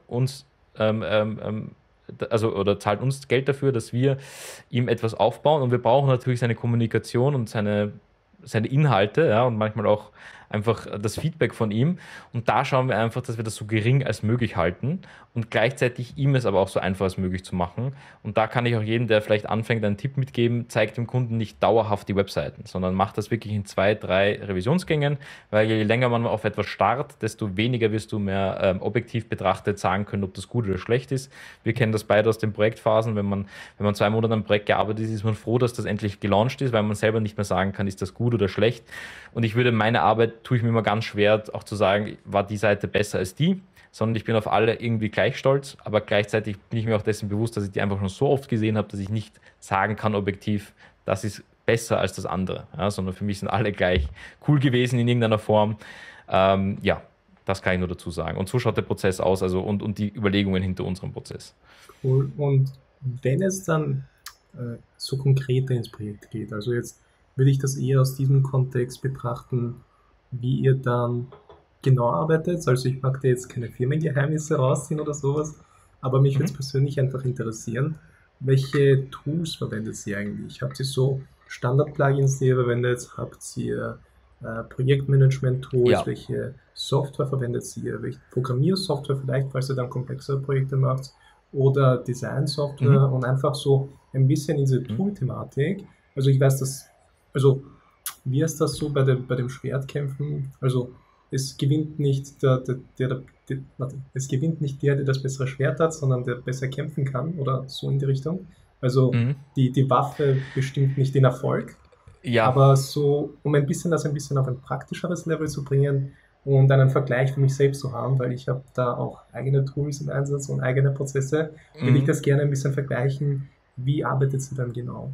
oder zahlt uns Geld dafür, dass wir ihm etwas aufbauen und wir brauchen natürlich seine Kommunikation und seine Inhalte, ja, und manchmal auch einfach das Feedback von ihm und da schauen wir einfach, dass wir das so gering als möglich halten und gleichzeitig ihm es aber auch so einfach als möglich zu machen und da kann ich auch jedem, der vielleicht anfängt, einen Tipp mitgeben, zeigt dem Kunden nicht dauerhaft die Webseiten, sondern macht das wirklich in 2, 3 Revisionsgängen, weil je länger man auf etwas starrt, desto weniger wirst du mehr objektiv betrachtet sagen können, ob das gut oder schlecht ist. Wir kennen das beide aus den Projektphasen, wenn man 2 Monate am Projekt gearbeitet ist man froh, dass das endlich gelauncht ist, weil man selber nicht mehr sagen kann, ist das gut oder schlecht und ich würde meine Arbeit tue ich mir immer ganz schwer, auch zu sagen, war die Seite besser als die, sondern ich bin auf alle irgendwie gleich stolz, aber gleichzeitig bin ich mir auch dessen bewusst, dass ich die einfach schon so oft gesehen habe, dass ich nicht sagen kann objektiv, das ist besser als das andere, ja, sondern für mich sind alle gleich cool gewesen in irgendeiner Form. Ja, das kann ich nur dazu sagen. Und so schaut der Prozess aus, also und die Überlegungen hinter unserem Prozess. Cool. Und wenn es dann so konkreter ins Projekt geht, also jetzt würde ich das eher aus diesem Kontext betrachten, wie ihr dann genau arbeitet. Also ich mag da jetzt keine Firmengeheimnisse rausziehen oder sowas, aber mich würde es persönlich einfach interessieren, welche Tools verwendet ihr eigentlich? Habt ihr so Standard-Plugins, die ihr verwendet? Habt ihr Projektmanagement-Tools? Ja. Welche Software verwendet ihr? Welche Programmiersoftware vielleicht, falls ihr dann komplexere Projekte macht? Oder Design-Software und einfach so ein bisschen in diese Tool-Thematik. Also ich weiß, wie ist das so bei dem Schwertkämpfen? Also es gewinnt nicht der das bessere Schwert hat, sondern der besser kämpfen kann oder so in die Richtung. Also die Waffe bestimmt nicht den Erfolg, Ja. aber so, um das ein bisschen auf ein praktischeres Level zu bringen und einen Vergleich für mich selbst zu haben, weil ich habe da auch eigene Tools im Einsatz und eigene Prozesse, will ich das gerne ein bisschen vergleichen. Wie arbeitet sie dann genau?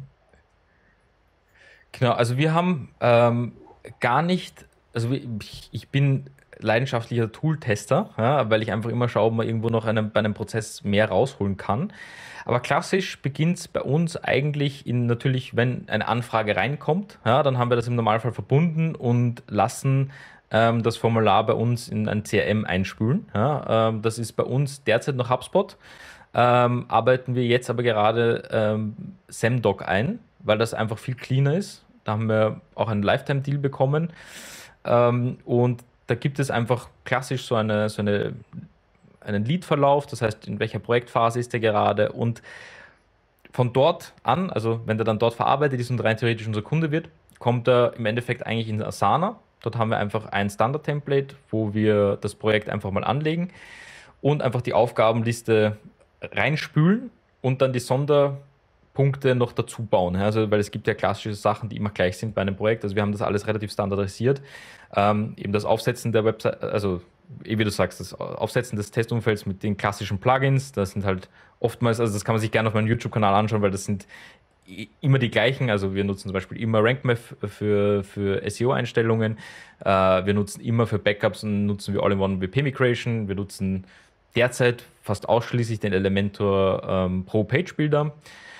Genau, also wir haben gar nicht, also ich bin leidenschaftlicher Tool-Tester, ja, weil ich einfach immer schaue, ob man irgendwo noch bei einem Prozess mehr rausholen kann. Aber klassisch beginnt es bei uns eigentlich natürlich, wenn eine Anfrage reinkommt, ja, dann haben wir das im Normalfall verbunden und lassen das Formular bei uns in ein CRM einspülen. Ja. Das ist bei uns derzeit noch HubSpot. Arbeiten wir jetzt aber gerade Semdoc ein, weil das einfach viel cleaner ist. Da haben wir auch einen Lifetime-Deal bekommen. Und da gibt es einfach klassisch einen Lead-Verlauf, das heißt, in welcher Projektphase ist der gerade, und von dort an, also wenn der dann dort verarbeitet ist und rein theoretisch unser Kunde wird, kommt er im Endeffekt eigentlich in Asana. Dort haben wir einfach ein Standard-Template, wo wir das Projekt einfach mal anlegen und einfach die Aufgabenliste reinspülen und dann die Sonderpunkte noch dazu bauen. Also, weil es gibt ja klassische Sachen, die immer gleich sind bei einem Projekt. Also wir haben das alles relativ standardisiert. Eben das Aufsetzen der Website, also wie du sagst, das Aufsetzen des Testumfelds mit den klassischen Plugins, das sind halt oftmals, also das kann man sich gerne auf meinem YouTube-Kanal anschauen, weil das sind immer die gleichen. Also wir nutzen zum Beispiel immer RankMath für SEO-Einstellungen. Wir nutzen immer für Backups und nutzen wir All-in-One WP Migration. Wir nutzen derzeit fast ausschließlich den Elementor Pro Page Builder.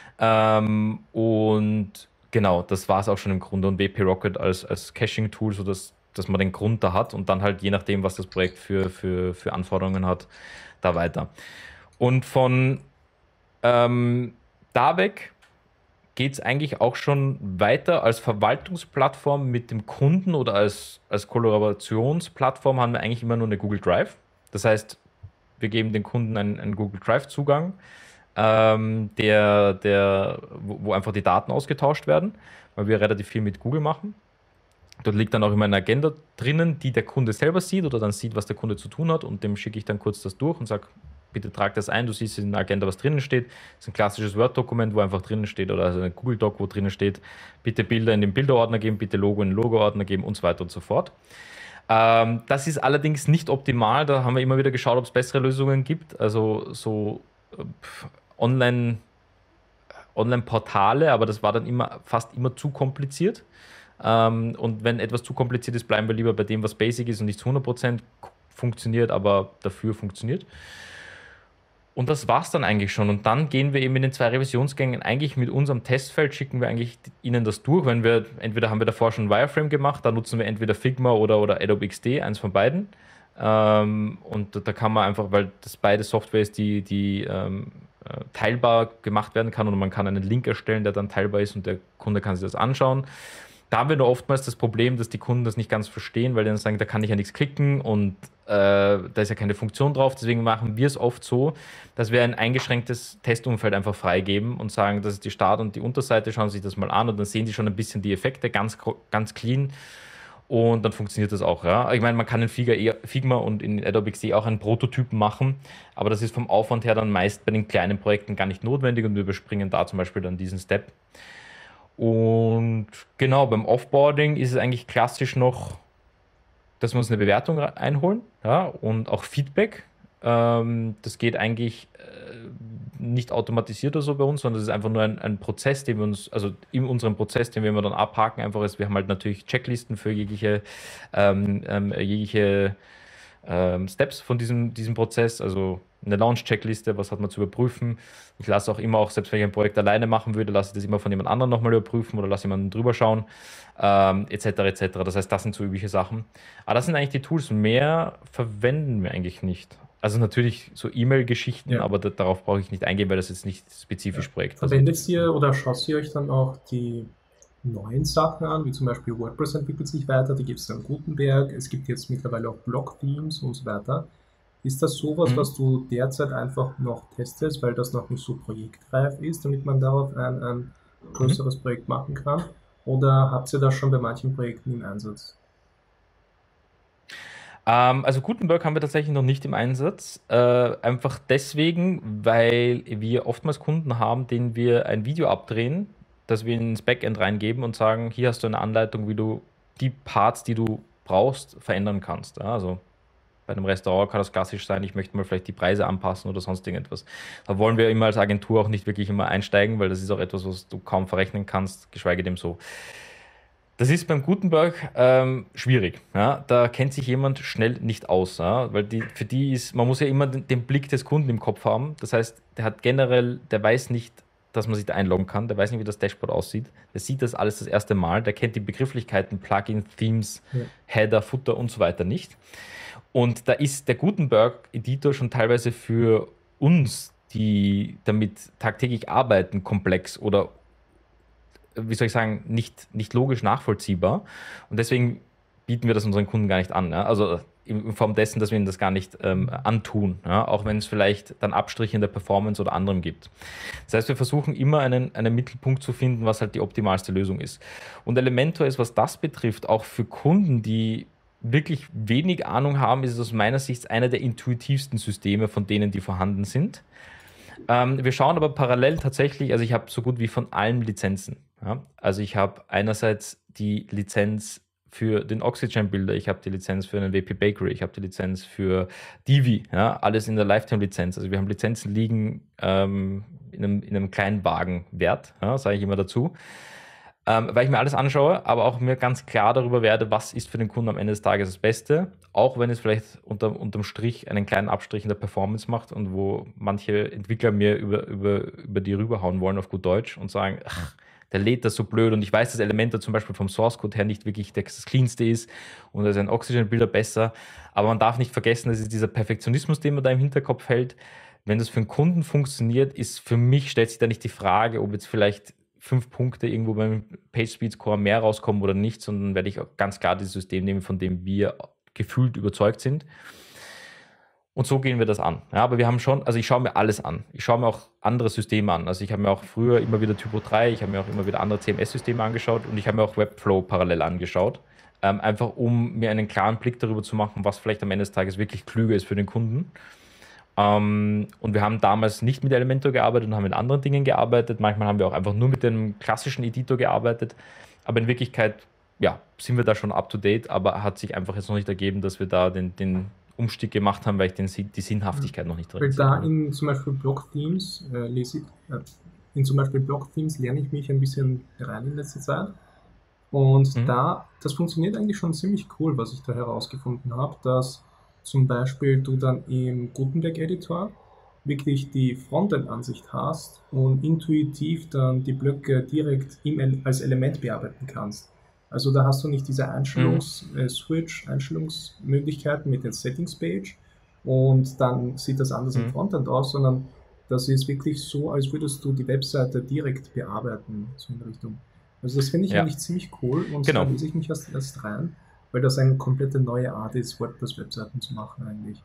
Und genau, das war es auch schon im Grunde. Und WP Rocket als Caching-Tool, sodass man den Grund da hat und dann halt je nachdem, was das Projekt für Anforderungen hat, da weiter. Und von da weg geht es eigentlich auch schon weiter als Verwaltungsplattform mit dem Kunden oder als Kollaborationsplattform haben wir eigentlich immer nur eine Google Drive. Das heißt, wir geben den Kunden einen Google Drive-Zugang, wo einfach die Daten ausgetauscht werden, weil wir relativ viel mit Google machen. Dort liegt dann auch immer eine Agenda drinnen, die der Kunde selber sieht oder dann sieht, was der Kunde zu tun hat, und dem schicke ich dann kurz das durch und sage, bitte trag das ein, du siehst in der Agenda, was drinnen steht. Das ist ein klassisches Word-Dokument, wo einfach drinnen steht, oder also ein Google-Doc, wo drinnen steht, bitte Bilder in den Bilderordner geben, bitte Logo in den Logo-Ordner geben und so weiter und so fort. Das ist allerdings nicht optimal, da haben wir immer wieder geschaut, ob es bessere Lösungen gibt, also so Online-Portale, aber das war dann fast immer zu kompliziert. Und wenn etwas zu kompliziert ist, bleiben wir lieber bei dem, was basic ist und nicht zu 100% funktioniert, aber dafür funktioniert. Und das war es dann eigentlich schon. Und dann gehen wir eben in den 2 Revisionsgängen eigentlich mit unserem Testfeld, schicken wir eigentlich ihnen das durch. Entweder haben wir davor schon Wireframe gemacht, da nutzen wir entweder Figma oder Adobe XD, eins von beiden. Und da kann man einfach, weil das beide Software ist, die teilbar gemacht werden kann, und man kann einen Link erstellen, der dann teilbar ist und der Kunde kann sich das anschauen. Da haben wir nur oftmals das Problem, dass die Kunden das nicht ganz verstehen, weil die dann sagen, da kann ich ja nichts klicken und da ist ja keine Funktion drauf. Deswegen machen wir es oft so, dass wir ein eingeschränktes Testumfeld einfach freigeben und sagen, das ist die Start- und die Unterseite, schauen Sie sich das mal an und dann sehen Sie schon ein bisschen die Effekte, ganz clean, und dann funktioniert das auch. Ja. Ich meine, man kann in Figma und in Adobe XD auch einen Prototypen machen, aber das ist vom Aufwand her dann meist bei den kleinen Projekten gar nicht notwendig und wir überspringen da zum Beispiel dann diesen Step. Und genau, beim Offboarding ist es eigentlich klassisch noch, dass wir uns eine Bewertung einholen, ja, und auch Feedback. Das geht eigentlich nicht automatisiert oder so bei uns, sondern das ist einfach nur ein Prozess, den wir uns, also in unserem Prozess, den wir dann abhaken, einfach ist, wir haben halt natürlich Checklisten für jegliche Steps von diesem Prozess, also eine Launch-Checkliste, was hat man zu überprüfen. Ich lasse auch immer, selbst wenn ich ein Projekt alleine machen würde, lasse ich das immer von jemand anderem nochmal überprüfen oder lasse jemanden drüber schauen, etc. etc. Das heißt, das sind so übliche Sachen. Aber das sind eigentlich die Tools. Mehr verwenden wir eigentlich nicht. Also natürlich so E-Mail-Geschichten, ja, aber darauf brauche ich nicht eingehen, weil das jetzt nicht spezifisch Projekt ist. Verwendet ihr oder schaut ihr euch dann auch die neuen Sachen an, wie zum Beispiel WordPress entwickelt sich weiter, da gibt es dann Gutenberg, es gibt jetzt mittlerweile auch Blog-Themes und so weiter. Ist das sowas, was du derzeit einfach noch testest, weil das noch nicht so projektreif ist, damit man darauf ein größeres Projekt machen kann? Oder habt ihr das schon bei manchen Projekten im Einsatz? Also Gutenberg haben wir tatsächlich noch nicht im Einsatz. Einfach deswegen, weil wir oftmals Kunden haben, denen wir ein Video abdrehen, das wir ins Backend reingeben und sagen, hier hast du eine Anleitung, wie du die Parts, die du brauchst, verändern kannst. Ja, also bei einem Restaurant kann das klassisch sein, ich möchte mal vielleicht die Preise anpassen oder sonst irgendetwas. Da wollen wir immer als Agentur auch nicht wirklich immer einsteigen, weil das ist auch etwas, was du kaum verrechnen kannst, geschweige denn so. Das ist beim Gutenberg schwierig. Ja? Da kennt sich jemand schnell nicht aus, ja? Weil für die ist, man muss ja immer den Blick des Kunden im Kopf haben. Das heißt, der weiß nicht, dass man sich da einloggen kann, der weiß nicht, wie das Dashboard aussieht, der sieht das alles das erste Mal, der kennt die Begrifflichkeiten, Plugin, Themes, Header, Footer und so weiter nicht. Und da ist der Gutenberg-Editor schon teilweise für uns, die damit tagtäglich arbeiten, komplex oder, wie soll ich sagen, nicht logisch nachvollziehbar. Und deswegen bieten wir das unseren Kunden gar nicht an. Ja? Also in Form dessen, dass wir ihnen das gar nicht antun, ja? Auch wenn es vielleicht dann Abstriche in der Performance oder anderem gibt. Das heißt, wir versuchen immer einen Mittelpunkt zu finden, was halt die optimalste Lösung ist. Und Elementor ist, was das betrifft, auch für Kunden, die wirklich wenig Ahnung haben, ist es aus meiner Sicht einer der intuitivsten Systeme von denen, die vorhanden sind. Wir schauen aber parallel tatsächlich, also ich habe so gut wie von allen Lizenzen. Ja? Also ich habe einerseits die Lizenz für den Oxygen-Bilder, ich habe die Lizenz für einen WP Bakery, ich habe die Lizenz für Divi, ja? Alles in der Lifetime-Lizenz. Also wir haben Lizenzen liegen in einem kleinen Wagenwert, ja? Sage ich immer dazu. Weil ich mir alles anschaue, aber auch mir ganz klar darüber werde, was ist für den Kunden am Ende des Tages das Beste, auch wenn es vielleicht unterm Strich einen kleinen Abstrich in der Performance macht und wo manche Entwickler mir über die rüberhauen wollen auf gut Deutsch und sagen, ach, der lädt das so blöd und ich weiß, dass Elementor zum Beispiel vom Source Code her nicht wirklich das cleanste ist und da ist ein Oxygen-Bilder besser, aber man darf nicht vergessen, das ist dieser Perfektionismus, den man da im Hinterkopf hält. Wenn das für einen Kunden funktioniert, für mich stellt sich da nicht die Frage, ob jetzt vielleicht 5 Punkte irgendwo beim PageSpeed-Score mehr rauskommen oder nicht, sondern werde ich auch ganz klar dieses System nehmen, von dem wir gefühlt überzeugt sind. Und so gehen wir das an. Ja, aber wir haben schon, also ich schaue mir alles an. Ich schaue mir auch andere Systeme an. Also ich habe mir auch früher immer wieder Typo 3, ich habe mir auch immer wieder andere CMS-Systeme angeschaut und ich habe mir auch Webflow parallel angeschaut. Einfach um mir einen klaren Blick darüber zu machen, was vielleicht am Ende des Tages wirklich klüger ist für den Kunden. Und wir haben damals nicht mit Elementor gearbeitet und haben mit anderen Dingen gearbeitet. Manchmal haben wir auch einfach nur mit dem klassischen Editor gearbeitet. Aber in Wirklichkeit, ja, sind wir da schon up to date, aber hat sich einfach jetzt noch nicht ergeben, dass wir da den Umstieg gemacht haben, weil ich die Sinnhaftigkeit noch nicht drin Weil da in zum Beispiel Block-Themes lerne ich mich ein bisschen rein in letzter Zeit. Und das funktioniert eigentlich schon ziemlich cool, was ich da herausgefunden habe, dass zum Beispiel du dann im Gutenberg-Editor wirklich die Frontend-Ansicht hast und intuitiv dann die Blöcke direkt als Element bearbeiten kannst. Also da hast du nicht diese Einstellungsmöglichkeiten mit den Settings-Page und dann sieht das anders im Frontend aus, sondern das ist wirklich so, als würdest du die Webseite direkt bearbeiten, so in Richtung. Also das finde ich eigentlich ziemlich cool und da lese ich mich erst rein, weil das eine komplette neue Art ist, WordPress-Webseiten zu machen eigentlich.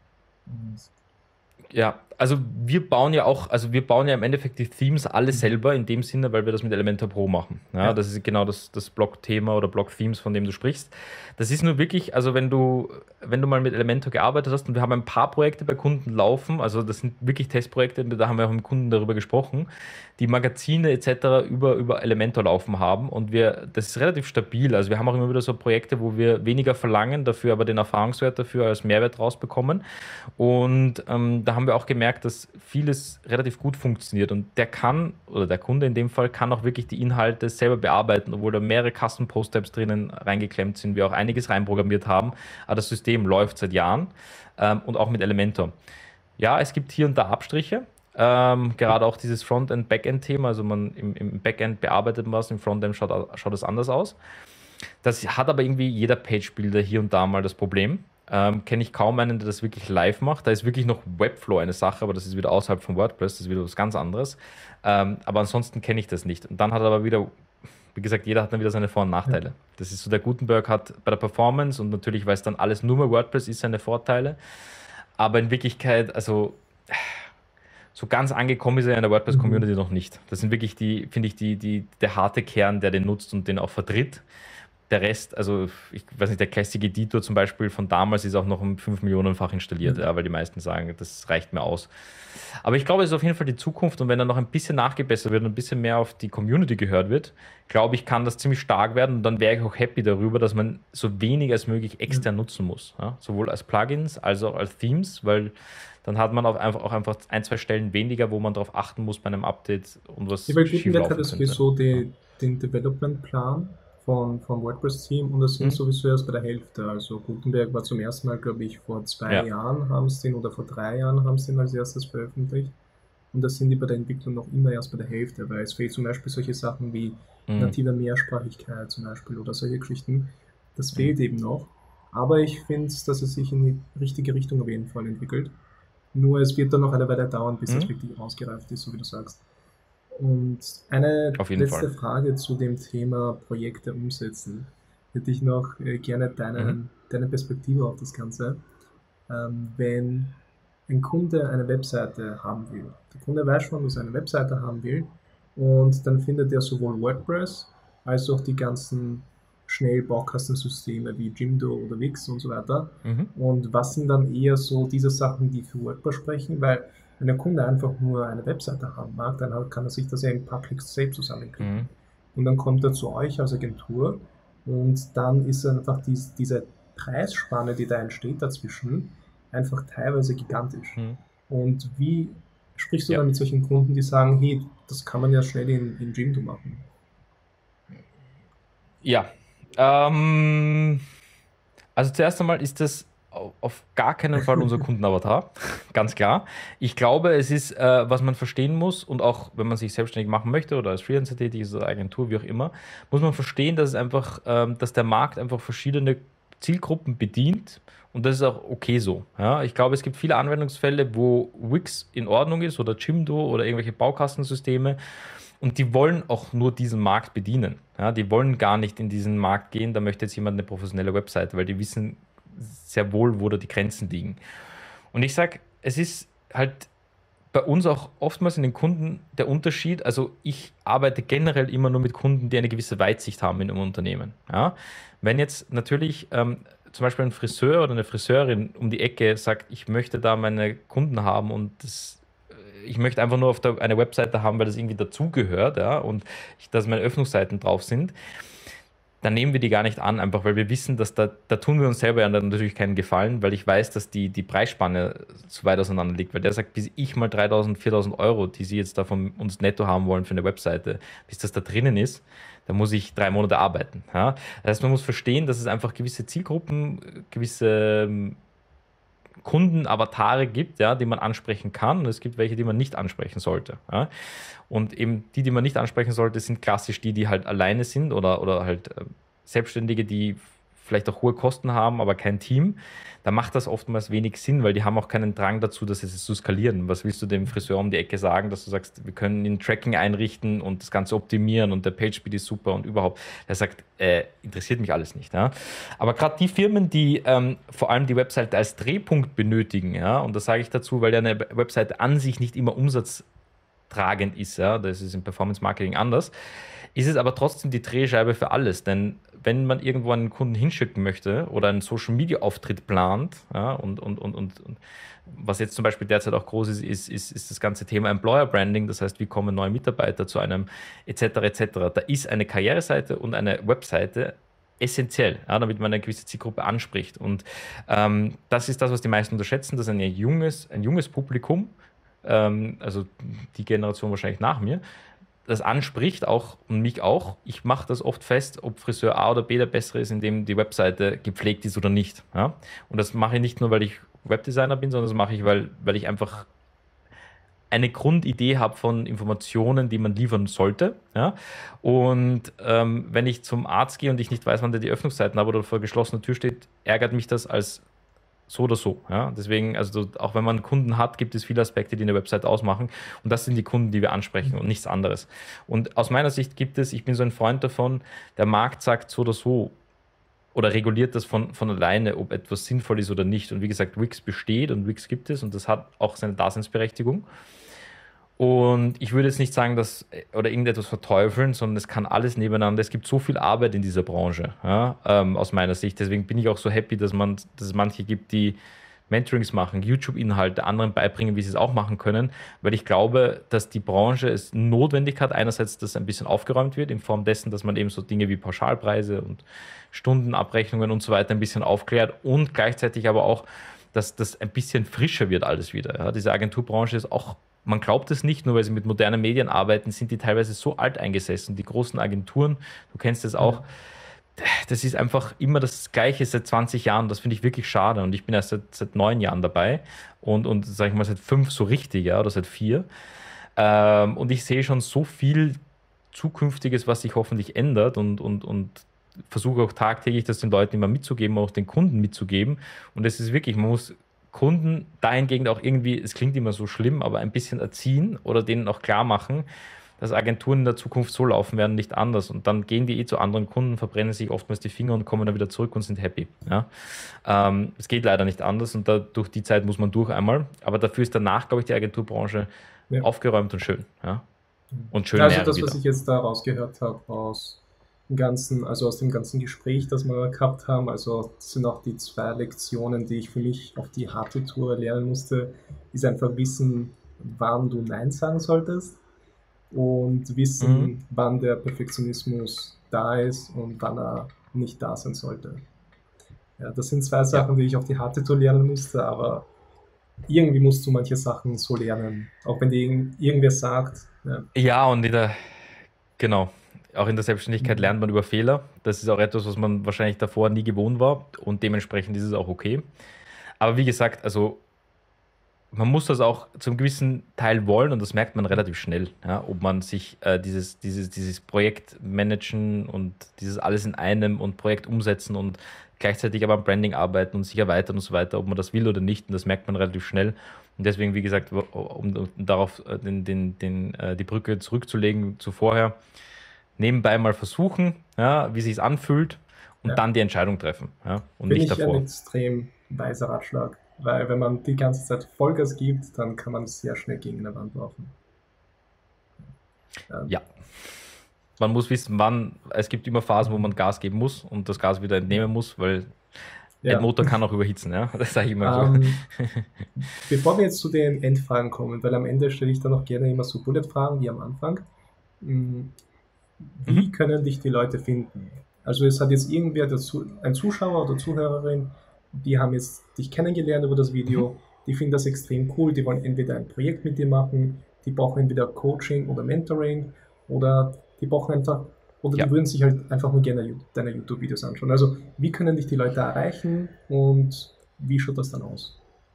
Ja, also wir bauen ja im Endeffekt die Themes alle selber in dem Sinne, weil wir das mit Elementor Pro machen. Ja. Das ist genau das Blog-Thema oder Blog-Themes, von dem du sprichst. Das ist nur wirklich, also wenn du mal mit Elementor gearbeitet hast und wir haben ein paar Projekte bei Kunden laufen, also das sind wirklich Testprojekte, da haben wir auch mit Kunden darüber gesprochen, die Magazine etc. über Elementor laufen haben und das ist relativ stabil. Also wir haben auch immer wieder so Projekte, wo wir weniger verlangen, dafür aber den Erfahrungswert dafür als Mehrwert rausbekommen. Und da haben wir auch gemerkt, dass vieles relativ gut funktioniert und der Kunde in dem Fall kann auch wirklich die Inhalte selber bearbeiten, obwohl da mehrere Custom Post-Types drinnen reingeklemmt sind, wir auch einiges reinprogrammiert haben, aber das System läuft seit Jahren und auch mit Elementor. Ja, es gibt hier und da Abstriche, gerade auch dieses Frontend-Backend-Thema, also im Backend bearbeitet man was, im Frontend schaut es anders aus. Das hat aber irgendwie jeder Page-Builder hier und da mal das Problem. Kenne ich kaum einen, der das wirklich live macht. Da ist wirklich noch Webflow eine Sache, aber das ist wieder außerhalb von WordPress, das ist wieder was ganz anderes. Aber ansonsten kenne ich das nicht. Und dann hat aber wieder, wie gesagt, jeder hat dann wieder seine Vor- und Nachteile. Ja. Das ist so, der Gutenberg hat bei der Performance und natürlich, weil es dann alles nur mehr WordPress ist, seine Vorteile. Aber in Wirklichkeit, also so ganz angekommen ist er in der WordPress-Community noch nicht. Das sind wirklich der harte Kern, der den nutzt und den auch vertritt. Der Rest, also ich weiß nicht, der Classic Editor zum Beispiel von damals ist auch noch um 5 Millionenfach installiert, weil die meisten sagen, das reicht mir aus. Aber ich glaube, es ist auf jeden Fall die Zukunft und wenn dann noch ein bisschen nachgebessert wird und ein bisschen mehr auf die Community gehört wird, glaube ich, kann das ziemlich stark werden und dann wäre ich auch happy darüber, dass man so wenig als möglich extern nutzen muss. Ja? Sowohl als Plugins als auch als Themes, weil dann hat man auch einfach 1, 2 Stellen weniger, wo man darauf achten muss bei einem Update und was schieflaufen könnte. Gutenberg hat sowieso den Development-Plan vom WordPress-Team und das sind sowieso erst bei der Hälfte. Also Gutenberg war zum ersten Mal, glaube ich, vor 2 Jahren haben es den oder vor 3 Jahren haben es den als erstes veröffentlicht. Und das sind die bei der Entwicklung noch immer erst bei der Hälfte, weil es fehlt zum Beispiel solche Sachen wie native Mehrsprachigkeit zum Beispiel oder solche Geschichten. Das fehlt eben noch. Aber ich finde, dass es sich in die richtige Richtung auf jeden Fall entwickelt. Nur es wird dann noch eine Weile dauern, bis das wirklich ausgereift ist, so wie du sagst. Und eine letzte Frage zu dem Thema Projekte umsetzen. Hätte ich noch gerne deine Perspektive auf das Ganze. Wenn ein Kunde eine Webseite haben will, der Kunde weiß schon, dass er eine Webseite haben will und dann findet er sowohl WordPress als auch die ganzen Schnell-Baukastensysteme wie Jimdo oder Wix und so weiter. Und was sind dann eher so diese Sachen, die für WordPress sprechen? Weil wenn der Kunde einfach nur eine Webseite haben mag, dann kann er sich das ja in ein paar Klicks selbst zusammenklicken. Und dann kommt er zu euch als Agentur und dann ist einfach diese Preisspanne, die da entsteht dazwischen, einfach teilweise gigantisch. Und wie sprichst du dann mit solchen Kunden, die sagen, hey, das kann man ja schnell in Jimdo machen? Ja, also zuerst einmal ist das auf gar keinen Fall unser Kundenavatar, ganz klar. Ich glaube, es ist, was man verstehen muss und auch, wenn man sich selbstständig machen möchte oder als Freelancer tätig ist oder Agentur, wie auch immer, muss man verstehen, dass es einfach, dass der Markt einfach verschiedene Zielgruppen bedient und das ist auch okay so. Ja? Ich glaube, es gibt viele Anwendungsfälle, wo Wix in Ordnung ist oder Jimdo oder irgendwelche Baukastensysteme. Und die wollen auch nur diesen Markt bedienen. Ja, die wollen gar nicht in diesen Markt gehen, da möchte jetzt jemand eine professionelle Webseite, weil die wissen sehr wohl, wo da die Grenzen liegen. Und ich sage, es ist halt bei uns auch oftmals in den Kunden der Unterschied, also ich arbeite generell immer nur mit Kunden, die eine gewisse Weitsicht haben in einem Unternehmen. Ja? Wenn jetzt natürlich zum Beispiel ein Friseur oder eine Friseurin um die Ecke sagt, ich möchte da meine Kunden haben und ich möchte einfach nur auf eine Webseite haben, weil das irgendwie dazugehört, ja, und dass meine Öffnungsseiten drauf sind, dann nehmen wir die gar nicht an, einfach weil wir wissen, dass da tun wir uns selber ja dann natürlich keinen Gefallen, weil ich weiß, dass die Preisspanne so weit auseinander liegt, weil der sagt, bis ich mal 3.000, 4.000 Euro, die sie jetzt da von uns netto haben wollen für eine Webseite, bis das da drinnen ist, da muss ich 3 Monate arbeiten. Ja. Das heißt, man muss verstehen, dass es einfach gewisse Zielgruppen, gewisse Kundenavatare gibt, ja, die man ansprechen kann und es gibt welche, die man nicht ansprechen sollte. Ja. Und eben die man nicht ansprechen sollte, sind klassisch die halt alleine sind oder halt Selbstständige, die vielleicht auch hohe Kosten haben, aber kein Team. Da macht das oftmals wenig Sinn, weil die haben auch keinen Drang dazu, das jetzt zu skalieren. Was willst du dem Friseur um die Ecke sagen, dass du sagst, wir können ihn Tracking einrichten und das Ganze optimieren und der PageSpeed ist super und überhaupt. Er sagt, interessiert mich alles nicht. Ja? Aber gerade die Firmen, die vor allem die Webseite als Drehpunkt benötigen, ja, und das sage ich dazu, weil ja eine Webseite an sich nicht immer umsatztragend ist, ja, das ist im Performance Marketing anders, ist es aber trotzdem die Drehscheibe für alles, denn wenn man irgendwo einen Kunden hinschicken möchte oder einen Social-Media-Auftritt plant, ja, und was jetzt zum Beispiel derzeit auch groß ist das ganze Thema Employer-Branding, das heißt, wie kommen neue Mitarbeiter zu einem etc. etc. Da ist eine Karriereseite und eine Webseite essentiell, ja, damit man eine gewisse Zielgruppe anspricht und das ist das, was die meisten unterschätzen, dass ein junges Publikum, also die Generation wahrscheinlich nach mir, das anspricht, auch und mich auch. Ich mache das oft fest, ob Friseur A oder B der bessere ist, indem die Webseite gepflegt ist oder nicht. Ja? Und das mache ich nicht nur, weil ich Webdesigner bin, sondern das mache ich, weil ich einfach eine Grundidee habe von Informationen, die man liefern sollte. Ja? Und wenn ich zum Arzt gehe und ich nicht weiß, wann der die Öffnungszeiten habe oder vor geschlossener Tür steht, ärgert mich das als so oder so. Ja? Deswegen, also auch wenn man Kunden hat, gibt es viele Aspekte, die eine Website ausmachen. Und das sind die Kunden, die wir ansprechen und nichts anderes. Und aus meiner Sicht ich bin so ein Freund davon, der Markt sagt so oder so oder reguliert das von alleine, ob etwas sinnvoll ist oder nicht. Und wie gesagt, Wix besteht und Wix gibt es und das hat auch seine Daseinsberechtigung. Und ich würde jetzt nicht sagen, oder irgendetwas verteufeln, sondern es kann alles nebeneinander. Es gibt so viel Arbeit in dieser Branche, ja, aus meiner Sicht. Deswegen bin ich auch so happy, dass es manche gibt, die Mentorings machen, YouTube-Inhalte anderen beibringen, wie sie es auch machen können, weil ich glaube, dass die Branche es notwendig hat, einerseits, dass ein bisschen aufgeräumt wird, in Form dessen, dass man eben so Dinge wie Pauschalpreise und Stundenabrechnungen und so weiter ein bisschen aufklärt und gleichzeitig aber auch, dass das ein bisschen frischer wird alles wieder. Ja. Diese Agenturbranche ist auch, man glaubt es nicht, nur weil sie mit modernen Medien arbeiten, sind die teilweise so alt eingesessen. Die großen Agenturen, du kennst es auch, das ist einfach immer das Gleiche seit 20 Jahren. Das finde ich wirklich schade. Und ich bin erst seit 9 Jahren dabei und sage ich mal, seit 5 so richtig, ja, oder seit 4. Und ich sehe schon so viel Zukünftiges, was sich hoffentlich ändert und versuche auch tagtäglich das den Leuten immer mitzugeben, auch den Kunden mitzugeben. Und es ist wirklich, man muss Kunden dahingehend auch irgendwie, es klingt immer so schlimm, aber ein bisschen erziehen oder denen auch klar machen, dass Agenturen in der Zukunft so laufen werden, nicht anders. Und dann gehen die zu anderen Kunden, verbrennen sich oftmals die Finger und kommen dann wieder zurück und sind happy. Ja? Es geht leider nicht anders und durch die Zeit muss man durch einmal. Aber dafür ist danach, glaube ich, die Agenturbranche aufgeräumt und schön. Ja? Und schön also das, was ich jetzt da rausgehört habe aus dem ganzen Gespräch, das wir gehabt haben, also das sind auch die 2 Lektionen, die ich für mich auf die harte Tour lernen musste, ist einfach wissen, wann du Nein sagen solltest und wissen, wann der Perfektionismus da ist und wann er nicht da sein sollte. Ja, das sind 2 Sachen, die ich auf die harte Tour lernen musste, aber irgendwie musst du manche Sachen so lernen, auch wenn dir irgendwer sagt. Ja, und genau. Auch in der Selbstständigkeit lernt man über Fehler. Das ist auch etwas, was man wahrscheinlich davor nie gewohnt war und dementsprechend ist es auch okay. Aber wie gesagt, also man muss das auch zum gewissen Teil wollen und das merkt man relativ schnell, ja, ob man sich dieses Projekt managen und dieses alles in einem und Projekt umsetzen und gleichzeitig aber am Branding arbeiten und sich erweitern und so weiter, ob man das will oder nicht, und das merkt man relativ schnell. Und deswegen, wie gesagt, um darauf die Brücke zurückzulegen zu vorher, nebenbei mal versuchen, ja, wie es sich anfühlt und dann die Entscheidung treffen, ja, und nicht davor. Finde ich ein extrem weiser Ratschlag. Weil wenn man die ganze Zeit Vollgas gibt, dann kann man sehr schnell gegen eine Wand laufen. Ja. Man muss wissen, wann, es gibt immer Phasen, wo man Gas geben muss und das Gas wieder entnehmen muss, weil ein Motor kann auch überhitzen, ja. Das sage ich immer so. Bevor wir jetzt zu den Endfragen kommen, weil am Ende stelle ich dann auch gerne immer so Bullet-Fragen wie am Anfang. Wie können dich die Leute finden? Also es hat jetzt irgendwer ein Zuschauer oder Zuhörerin, die haben jetzt dich kennengelernt über das Video, die finden das extrem cool, die wollen entweder ein Projekt mit dir machen, die brauchen entweder Coaching oder Mentoring oder die brauchen einfach, oder die würden sich halt einfach nur gerne deine YouTube-Videos anschauen. Also wie können dich die Leute erreichen und wie schaut das dann aus?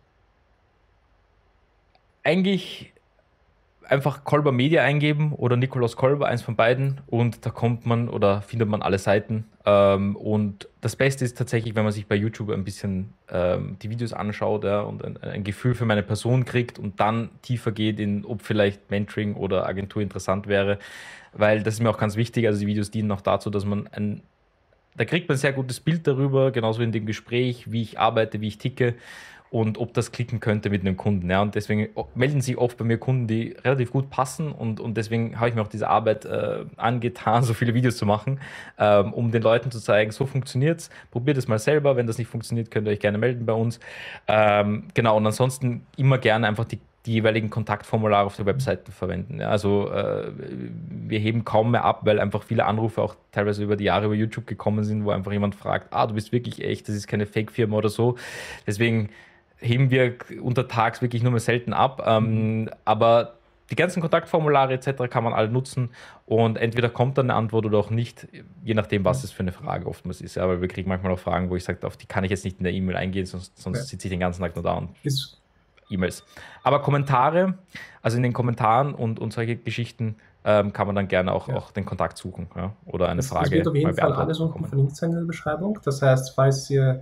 Eigentlich einfach Kolber Media eingeben oder Nikolaus Kolber, eins von beiden, und da kommt man oder findet man alle Seiten. Und das Beste ist tatsächlich, wenn man sich bei YouTube ein bisschen die Videos anschaut, ja, und ein Gefühl für meine Person kriegt und dann tiefer geht in, ob vielleicht Mentoring oder Agentur interessant wäre, weil das ist mir auch ganz wichtig. Also die Videos dienen auch dazu, dass man da kriegt man ein sehr gutes Bild darüber, genauso in dem Gespräch, wie ich arbeite, wie ich ticke und ob das klicken könnte mit einem Kunden. Ja. Und deswegen melden sich oft bei mir Kunden, die relativ gut passen, und deswegen habe ich mir auch diese Arbeit angetan, so viele Videos zu machen, um den Leuten zu zeigen, so funktioniert es, probiert es mal selber, wenn das nicht funktioniert, könnt ihr euch gerne melden bei uns. Genau, und ansonsten immer gerne einfach die jeweiligen Kontaktformulare auf der Webseite verwenden. Ja, also wir heben kaum mehr ab, weil einfach viele Anrufe auch teilweise über die Jahre über YouTube gekommen sind, wo einfach jemand fragt, du bist wirklich echt, das ist keine Fake-Firma oder so. Deswegen heben wir untertags wirklich nur mehr selten ab. Aber die ganzen Kontaktformulare etc. kann man alle nutzen und entweder kommt dann eine Antwort oder auch nicht, je nachdem, was es für eine Frage oftmals ist. Ja, weil wir kriegen manchmal auch Fragen, wo ich sage, auf die kann ich jetzt nicht in der E-Mail eingehen, sonst sitze ich den ganzen Tag nur da und E-Mails. Aber Kommentare, also in den Kommentaren und solche Geschichten kann man dann gerne auch den Kontakt suchen, ja, oder eine Frage. Es wird auf jeden Fall alles unten verlinkt sein in der Beschreibung. Das heißt, falls ihr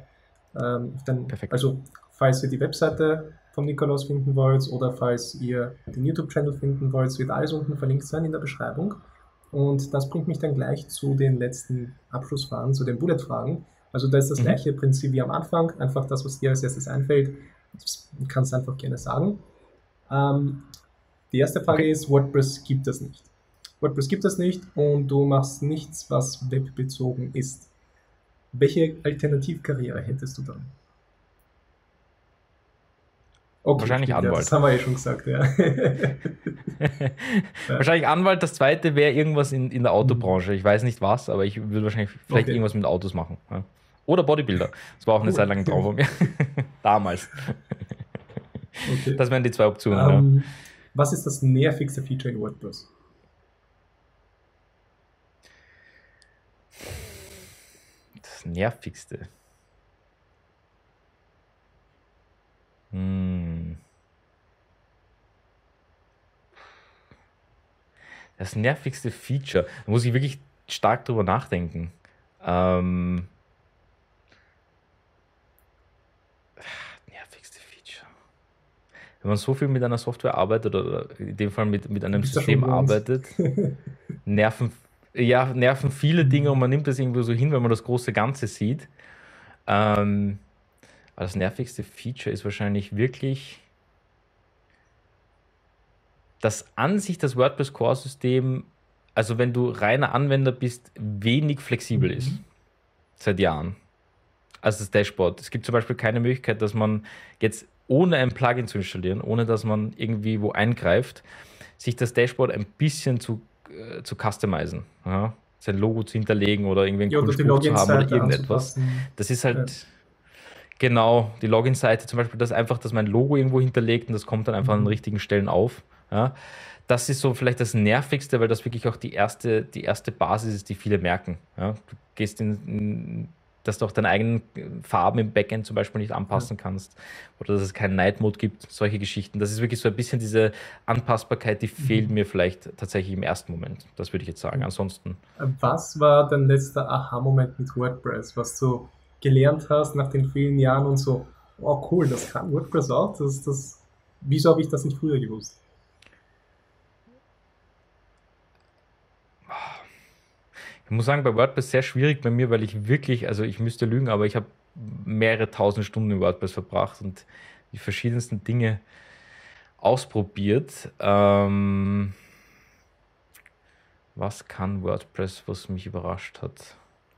falls ihr die Webseite von Nikolaus finden wollt oder falls ihr den YouTube-Channel finden wollt, wird alles unten verlinkt sein in der Beschreibung. Und das bringt mich dann gleich zu den letzten Abschlussfragen, zu den Bullet-Fragen. Also da ist das gleiche Prinzip wie am Anfang, einfach das, was dir als erstes einfällt. Das kannst du einfach gerne sagen. Die erste Frage ist, WordPress gibt es nicht. WordPress gibt es nicht und du machst nichts, was webbezogen ist. Welche Alternativkarriere hättest du dann? Okay, wahrscheinlich Anwalt. Das haben wir schon gesagt, ja. Wahrscheinlich Anwalt. Das zweite wäre irgendwas in der Autobranche. Ich weiß nicht was, aber ich würde wahrscheinlich vielleicht irgendwas mit Autos machen. Ja. Oder Bodybuilder. Das war auch eine Zeit lang ein Traum von mir. Damals. Okay. Das wären die 2 Optionen. Ja. Was ist das nervigste Feature in WordPress? Das Nervigste. Das nervigste Feature. Da muss ich wirklich stark drüber nachdenken. Nervigste Feature. Wenn man so viel mit einer Software arbeitet oder in dem Fall mit einem Bist du System schon gewohnt? arbeitet, nerven viele Dinge und man nimmt das irgendwo so hin, weil man das große Ganze sieht. Aber das nervigste Feature ist wahrscheinlich wirklich, dass an sich das WordPress Core-System, also wenn du reiner Anwender bist, wenig flexibel ist. Seit Jahren. Also das Dashboard. Es gibt zum Beispiel keine Möglichkeit, dass man jetzt ohne ein Plugin zu installieren, ohne dass man irgendwie wo eingreift, sich das Dashboard ein bisschen zu customizen. Ja? Sein Logo zu hinterlegen oder irgendwie einen Ja, coolen oder die Spruch zu haben oder Login-Seite irgendetwas. anzupassen. Das ist halt genau die Login-Seite, zum Beispiel, dass mein Logo irgendwo hinterlegt und das kommt dann einfach an den richtigen Stellen auf. Ja? Das ist so vielleicht das Nervigste, weil das wirklich auch die erste Basis ist, die viele merken. Ja? Du gehst dass du auch deine eigenen Farben im Backend zum Beispiel nicht anpassen kannst oder dass es keinen Night Mode gibt, solche Geschichten. Das ist wirklich so ein bisschen diese Anpassbarkeit, die fehlt mir vielleicht tatsächlich im ersten Moment. Das würde ich jetzt sagen. Ansonsten. Was war dein letzter Aha-Moment mit WordPress, was du gelernt hast nach den vielen Jahren und so, oh cool, das kann WordPress auch, wieso habe ich das nicht früher gewusst? Ich muss sagen, bei WordPress sehr schwierig bei mir, weil ich wirklich, also ich müsste lügen, aber ich habe mehrere tausend Stunden in WordPress verbracht und die verschiedensten Dinge ausprobiert. Was kann WordPress, was mich überrascht hat?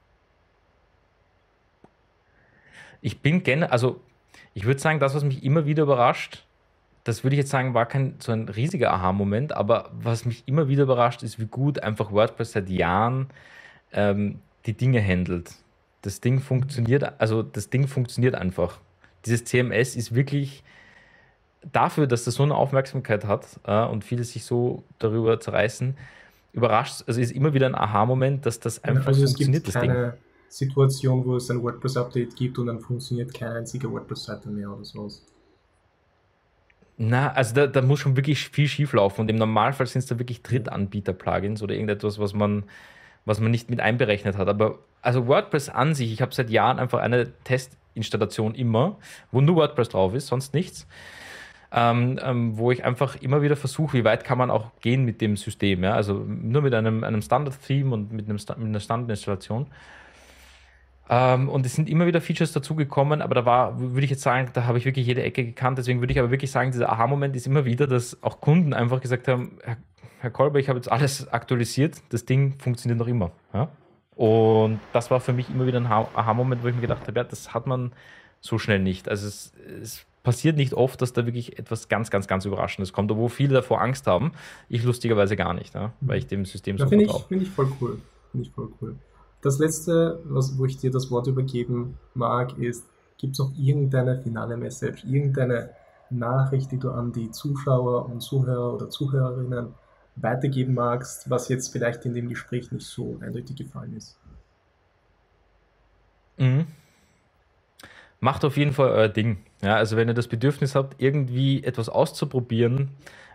Ich würde sagen, das, was mich immer wieder überrascht, das würde ich jetzt sagen, war kein so ein riesiger Aha-Moment, aber was mich immer wieder überrascht, ist, wie gut einfach WordPress seit Jahren die Dinge handelt. Das Ding funktioniert einfach. Dieses CMS ist wirklich dafür, dass das so eine Aufmerksamkeit hat und viele sich so darüber zerreißen, überrascht, also ist immer wieder ein Aha-Moment, dass das einfach Also funktioniert, es das gibt Ding. keine Situation, wo es ein WordPress-Update gibt und dann funktioniert keine einzige WordPress-Seite mehr oder sowas. Na, also da muss schon wirklich viel schief laufen und im Normalfall sind es da wirklich Drittanbieter-Plugins oder irgendetwas, was man nicht mit einberechnet hat. Aber also WordPress an sich, ich habe seit Jahren einfach eine Testinstallation immer, wo nur WordPress drauf ist, sonst nichts. Wo ich einfach immer wieder versuche, wie weit kann man auch gehen mit dem System. Ja? Also nur mit einem Standard-Theme und mit einer Standardinstallation. Und es sind immer wieder Features dazugekommen, aber würde ich jetzt sagen, da habe ich wirklich jede Ecke gekannt. Deswegen würde ich aber wirklich sagen, dieser Aha-Moment ist immer wieder, dass auch Kunden einfach gesagt haben, Herr Kolber, ich habe jetzt alles aktualisiert, das Ding funktioniert noch immer. Ja? Und das war für mich immer wieder ein Aha-Moment, wo ich mir gedacht habe, ja, das hat man so schnell nicht. Also es passiert nicht oft, dass da wirklich etwas ganz, ganz, ganz Überraschendes kommt, obwohl viele davor Angst haben. Ich lustigerweise gar nicht, ja? Weil ich dem System so vertraue. Finde ich voll cool. Das letzte, wo ich dir das Wort übergeben mag, ist, gibt es noch irgendeine finale Message, irgendeine Nachricht, die du an die Zuschauer und Zuhörer oder Zuhörerinnen weitergeben magst, was jetzt vielleicht in dem Gespräch nicht so eindeutig gefallen ist? Macht auf jeden Fall euer Ding. Ja, also wenn ihr das Bedürfnis habt, irgendwie etwas auszuprobieren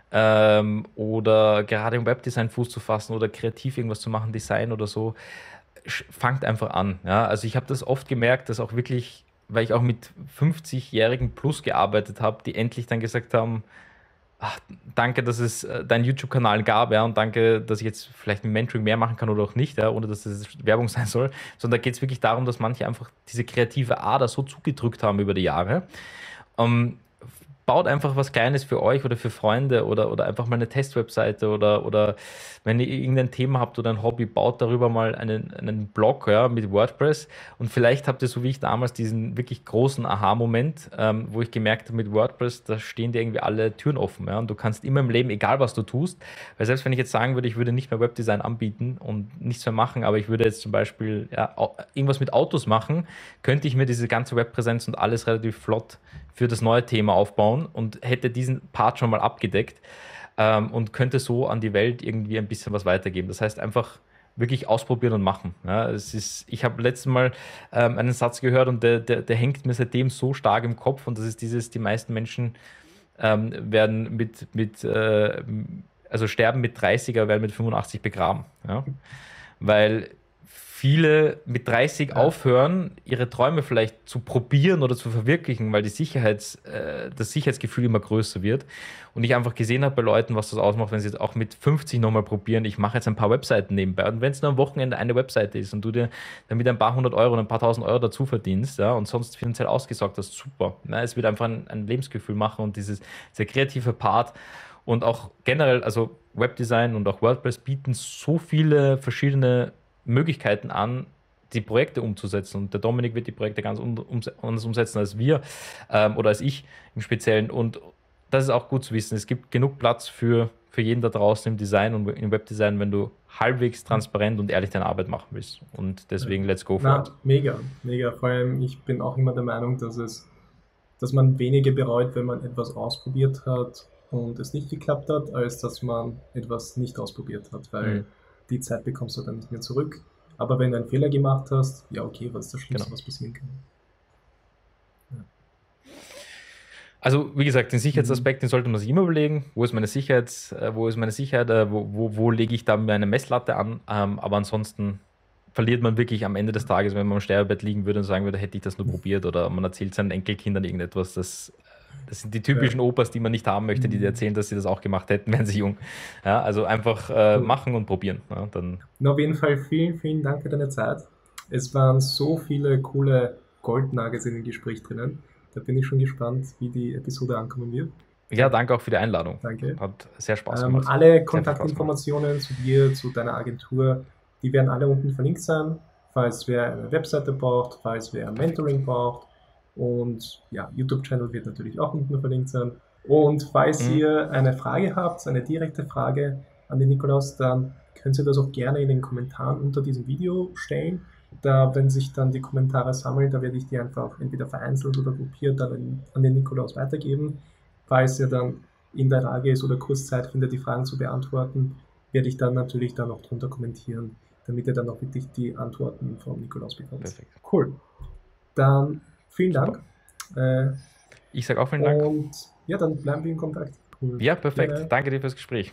oder gerade im Webdesign Fuß zu fassen oder kreativ irgendwas zu machen, Design oder so, fangt einfach an. Ja? Also ich habe das oft gemerkt, dass auch wirklich, weil ich auch mit 50-Jährigen plus gearbeitet habe, die endlich dann gesagt haben, ach, danke, dass es deinen YouTube-Kanal gab, ja, und danke, dass ich jetzt vielleicht mit Mentoring mehr machen kann oder auch nicht, ja, ohne dass das Werbung sein soll, sondern da geht es wirklich darum, dass manche einfach diese kreative Ader so zugedrückt haben über die Jahre. Baut einfach was Kleines für euch oder für Freunde oder einfach mal eine Testwebseite oder wenn ihr irgendein Thema habt oder ein Hobby, baut darüber mal einen Blog, ja, mit WordPress und vielleicht habt ihr so wie ich damals diesen wirklich großen Aha-Moment, wo ich gemerkt habe, mit WordPress, da stehen dir irgendwie alle Türen offen, ja, und du kannst immer im Leben, egal was du tust, weil selbst wenn ich jetzt sagen würde, ich würde nicht mehr Webdesign anbieten und nichts mehr machen, aber ich würde jetzt zum Beispiel irgendwas mit Autos machen, könnte ich mir diese ganze Webpräsenz und alles relativ flott für das neue Thema aufbauen und hätte diesen Part schon mal abgedeckt und könnte so an die Welt irgendwie ein bisschen was weitergeben. Das heißt einfach, wirklich ausprobieren und machen. Ja, ich habe letztes Mal einen Satz gehört und der hängt mir seitdem so stark im Kopf und das ist die meisten Menschen werden also sterben mit 30er, werden mit 85 begraben. Ja? Weil viele mit 30 aufhören, ihre Träume vielleicht zu probieren oder zu verwirklichen, weil das Sicherheitsgefühl immer größer wird. Und ich einfach gesehen habe bei Leuten, was das ausmacht, wenn sie es auch mit 50 nochmal probieren. Ich mache jetzt ein paar Webseiten nebenbei. Und wenn es nur am Wochenende eine Webseite ist und du dir damit ein paar hundert Euro und ein paar tausend Euro dazu verdienst, ja, und sonst finanziell ausgesorgt hast, super. Ja, es wird einfach ein Lebensgefühl machen und dieser kreative Part und auch generell, also Webdesign und auch WordPress bieten so viele verschiedene Möglichkeiten an, die Projekte umzusetzen. Und der Dominik wird die Projekte ganz anders umsetzen als wir oder als ich im Speziellen. Und das ist auch gut zu wissen. Es gibt genug Platz für jeden da draußen im Design und im Webdesign, wenn du halbwegs transparent und ehrlich deine Arbeit machen willst. Und deswegen let's go for it. Mega, mega. Vor allem, ich bin auch immer der Meinung, dass man weniger bereut, wenn man etwas ausprobiert hat und es nicht geklappt hat, als dass man etwas nicht ausprobiert hat, weil die Zeit bekommst du dann nicht mehr zurück. Aber wenn du einen Fehler gemacht hast, ja okay, was ist das Schlimmste, was passieren kann? Ja. Also wie gesagt, den Sicherheitsaspekt, den sollte man sich immer überlegen. Wo ist meine Sicherheit? Wo lege ich da meine Messlatte an? Aber ansonsten verliert man wirklich am Ende des Tages, wenn man am Sterbebett liegen würde und sagen würde, hätte ich das nur probiert, oder man erzählt seinen Enkelkindern irgendetwas, das sind die typischen Opas, die man nicht haben möchte, die dir erzählen, dass sie das auch gemacht hätten, wären sie jung. Ja, also einfach machen und probieren. Ja, dann. Auf jeden Fall vielen, vielen Dank für deine Zeit. Es waren so viele coole Goldnuggets in dem Gespräch drinnen. Da bin ich schon gespannt, wie die Episode ankommen wird. Ja, danke auch für die Einladung. Danke. Hat sehr Spaß gemacht. Alle Kontaktinformationen zu dir, zu deiner Agentur, die werden alle unten verlinkt sein, falls wer eine Webseite braucht, falls wer ein Mentoring braucht. Und ja, YouTube-Channel wird natürlich auch unten verlinkt sein. Und falls ihr eine Frage habt, eine direkte Frage an den Nikolaus, dann könnt ihr das auch gerne in den Kommentaren unter diesem Video stellen. Da, wenn sich dann die Kommentare sammeln, da werde ich die einfach entweder vereinzelt oder gruppiert dann an den Nikolaus weitergeben. Falls er dann in der Lage ist oder kurz Zeit findet, die Fragen zu beantworten, werde ich dann natürlich dann auch drunter kommentieren, damit ihr dann auch wirklich die Antworten vom Nikolaus bekommt. Perfekt. Cool. Dann vielen Dank. Ich sage auch vielen Dank. Und ja, dann bleiben wir in Kontakt. Cool. Ja, perfekt. Danke dir fürs Gespräch.